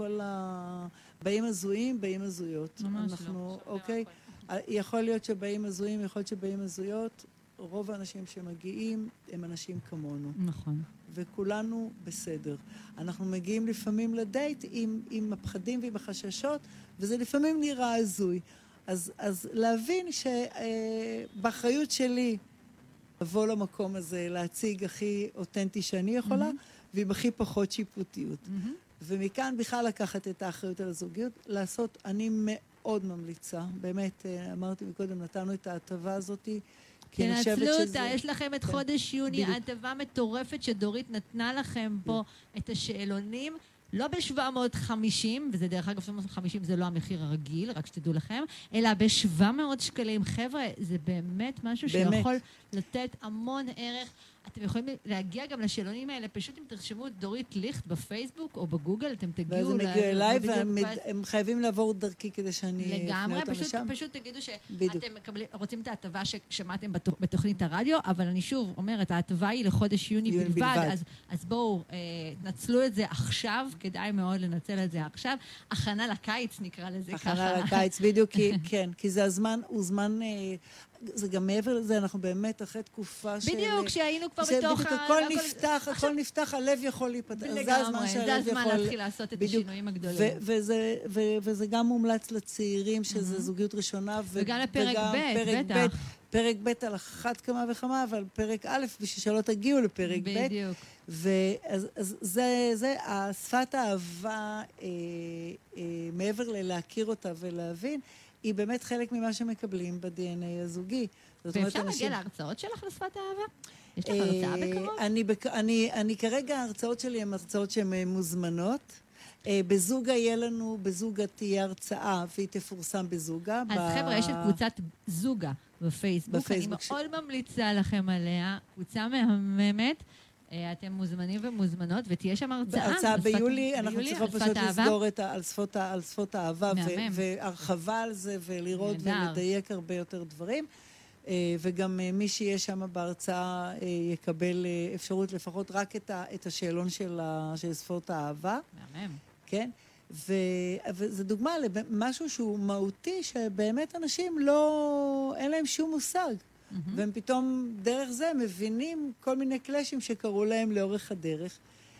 באים הזויים, באים הזויות. ממש לא. אוקיי? יכול להיות שבאים הזויים, יכול להיות שבאים הזויות. רוב האנשים שמגיעים הם אנשים כמונו. נכון. וכולנו בסדר. אנחנו מגיעים לפעמים לדייט עם הפחדים ועם החששות, וזה לפעמים נראה הזוי. אז להבין שבאחריות שלי, לבוא למקום הזה, להציג הכי אותנטי שאני יכולה, ועם הכי פחות שיפוטיות. ומכאן בכלל לקחת את האחריות על הזוגיות, לעשות, אני מאוד ממליצה, באמת, אמרתי מקודם, נתנו את ההטבה הזאת, תנצלו אותה, יש לכם את חודש יוני, ההטבה מטורפת שדורית נתנה לכם פה את השאלונים, לא ב-750, וזה דרך אגב 750 זה לא המחיר הרגיל, רק שתדעו לכם, אלא ב-700 שקלים. חבר'ה, זה באמת משהו שיכול לתת המון ערך. אתם יכולים להגיע גם לשאלונים האלה, פשוט אם תרשמו את דורית ליכט בפייסבוק או בגוגל, אתם תגיעו... ואז הם הגיעו אליי, והם חייבים לעבור דרכי כדי שאני אפנה אותם לשם. לגמרי, פשוט תגידו שאתם רוצים את ההטבה ששמעתם בתוכנית הרדיו, אבל אני שוב אומרת, ההטבה היא לחודש יוני בלבד, אז בואו, תנצלו את זה עכשיו, כדאי מאוד לנצל את זה עכשיו. הכנה לקיץ נקרא לזה ככה. הכנה לקיץ, בדיוק, כן, כי זה הזמן, הוא זמן... זה גם מעבר לזה, אנחנו באמת אחרי תקופה של... בדיוק, שהיינו כבר בתוך... בדיוק, הכל נפתח, הלב יכול להיפתח. לגמרי, זה הזמן להתחיל לעשות את השינויים הגדולים. וזה גם מומלץ לצעירים, שזה זוגיות ראשונה. וגם לפרק ב', בטח. פרק ב' על אחת כמה וכמה, אבל פרק א', בשביל שלא תגיעו לפרק ב'. בדיוק. ואז זה, שפת האהבה, מעבר ללהכיר אותה ולהבין, היא באמת חלק ממה שמקבלים ב-DNA הזוגי. ואפשר להגיע להרצאות שלך לשפת האהבה? יש לך הרצאה בקרוב? אני כרגע, ההרצאות שלי הן הרצאות שהן מוזמנות. בזוגה יהיה לנו, בזוגה תהיה הרצאה, והיא תפורסם בזוגה. אז חבר'ה, יש את קבוצת זוגה בפייסבוק. אני מאוד ממליצה לכם עליה, קבוצה מהממת. אתם מוזמנים ומוזמנות, ותהיה שם הרצאה. הרצאה ביולי, אנחנו צריכים פשוט לסגור על שפות האהבה, והרחבה על זה, ולראות ולדייק הרבה יותר דברים. וגם מי שיהיה שם בהרצאה יקבל אפשרות לפחות רק את השאלון של שפות האהבה. מהמם. כן? וזו דוגמה למשהו שהוא מהותי, שבאמת אנשים לא, אין להם שום מושג. והם פתאום דרך זה מבינים כל מיני קלאשים שקראו להם לאורך הדרך.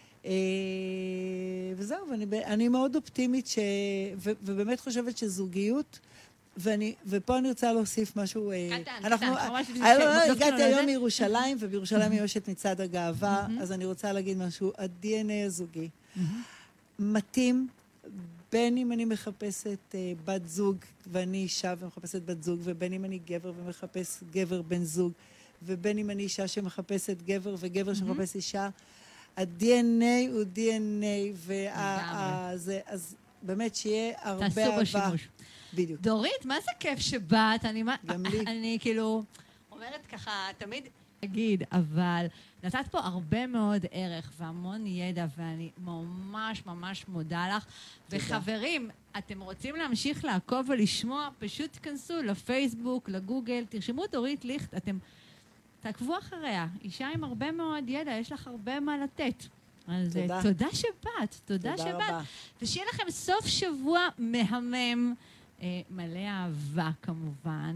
וזהו, ואני מאוד אופטימית, ובאמת חושבת שזוגיות, ופה אני רוצה להוסיף משהו... קטן, הגעתי היום מירושלים, ובירושלים יש את מצעד הגאווה, אז אני רוצה להגיד משהו, ה-DNA הזוגי. מתאים, בין אם אני מחפשת בת זוג, ואני אישה ומחפשת בת זוג, ובין אם אני גבר ומחפש גבר בן זוג, ובין אם אני אישה שמחפשת גבר וגבר שמחפש אישה, ה-DNA הוא DNA, אז באמת שיהיה הרבה אהבה. תעשו בשימוש. בדיוק. דורית, מה זה כיף שבאת? גם לי. אני כאילו אומרת ככה, תמיד אגיד, אבל נתת פה הרבה מאוד ערך והמון ידע, ואני ממש ממש מודה לך. וחברים, אתם רוצים להמשיך לעקוב ולשמוע, פשוט תכנסו לפייסבוק, לגוגל, תרשמו דורית ליכט, אתם תעקבו אחריה. אישה עם הרבה מאוד ידע, יש לך הרבה מה לתת. אז תודה שבאת, תודה שבאת. ושיהיה לכם סוף שבוע מהמם, מלא אהבה כמובן.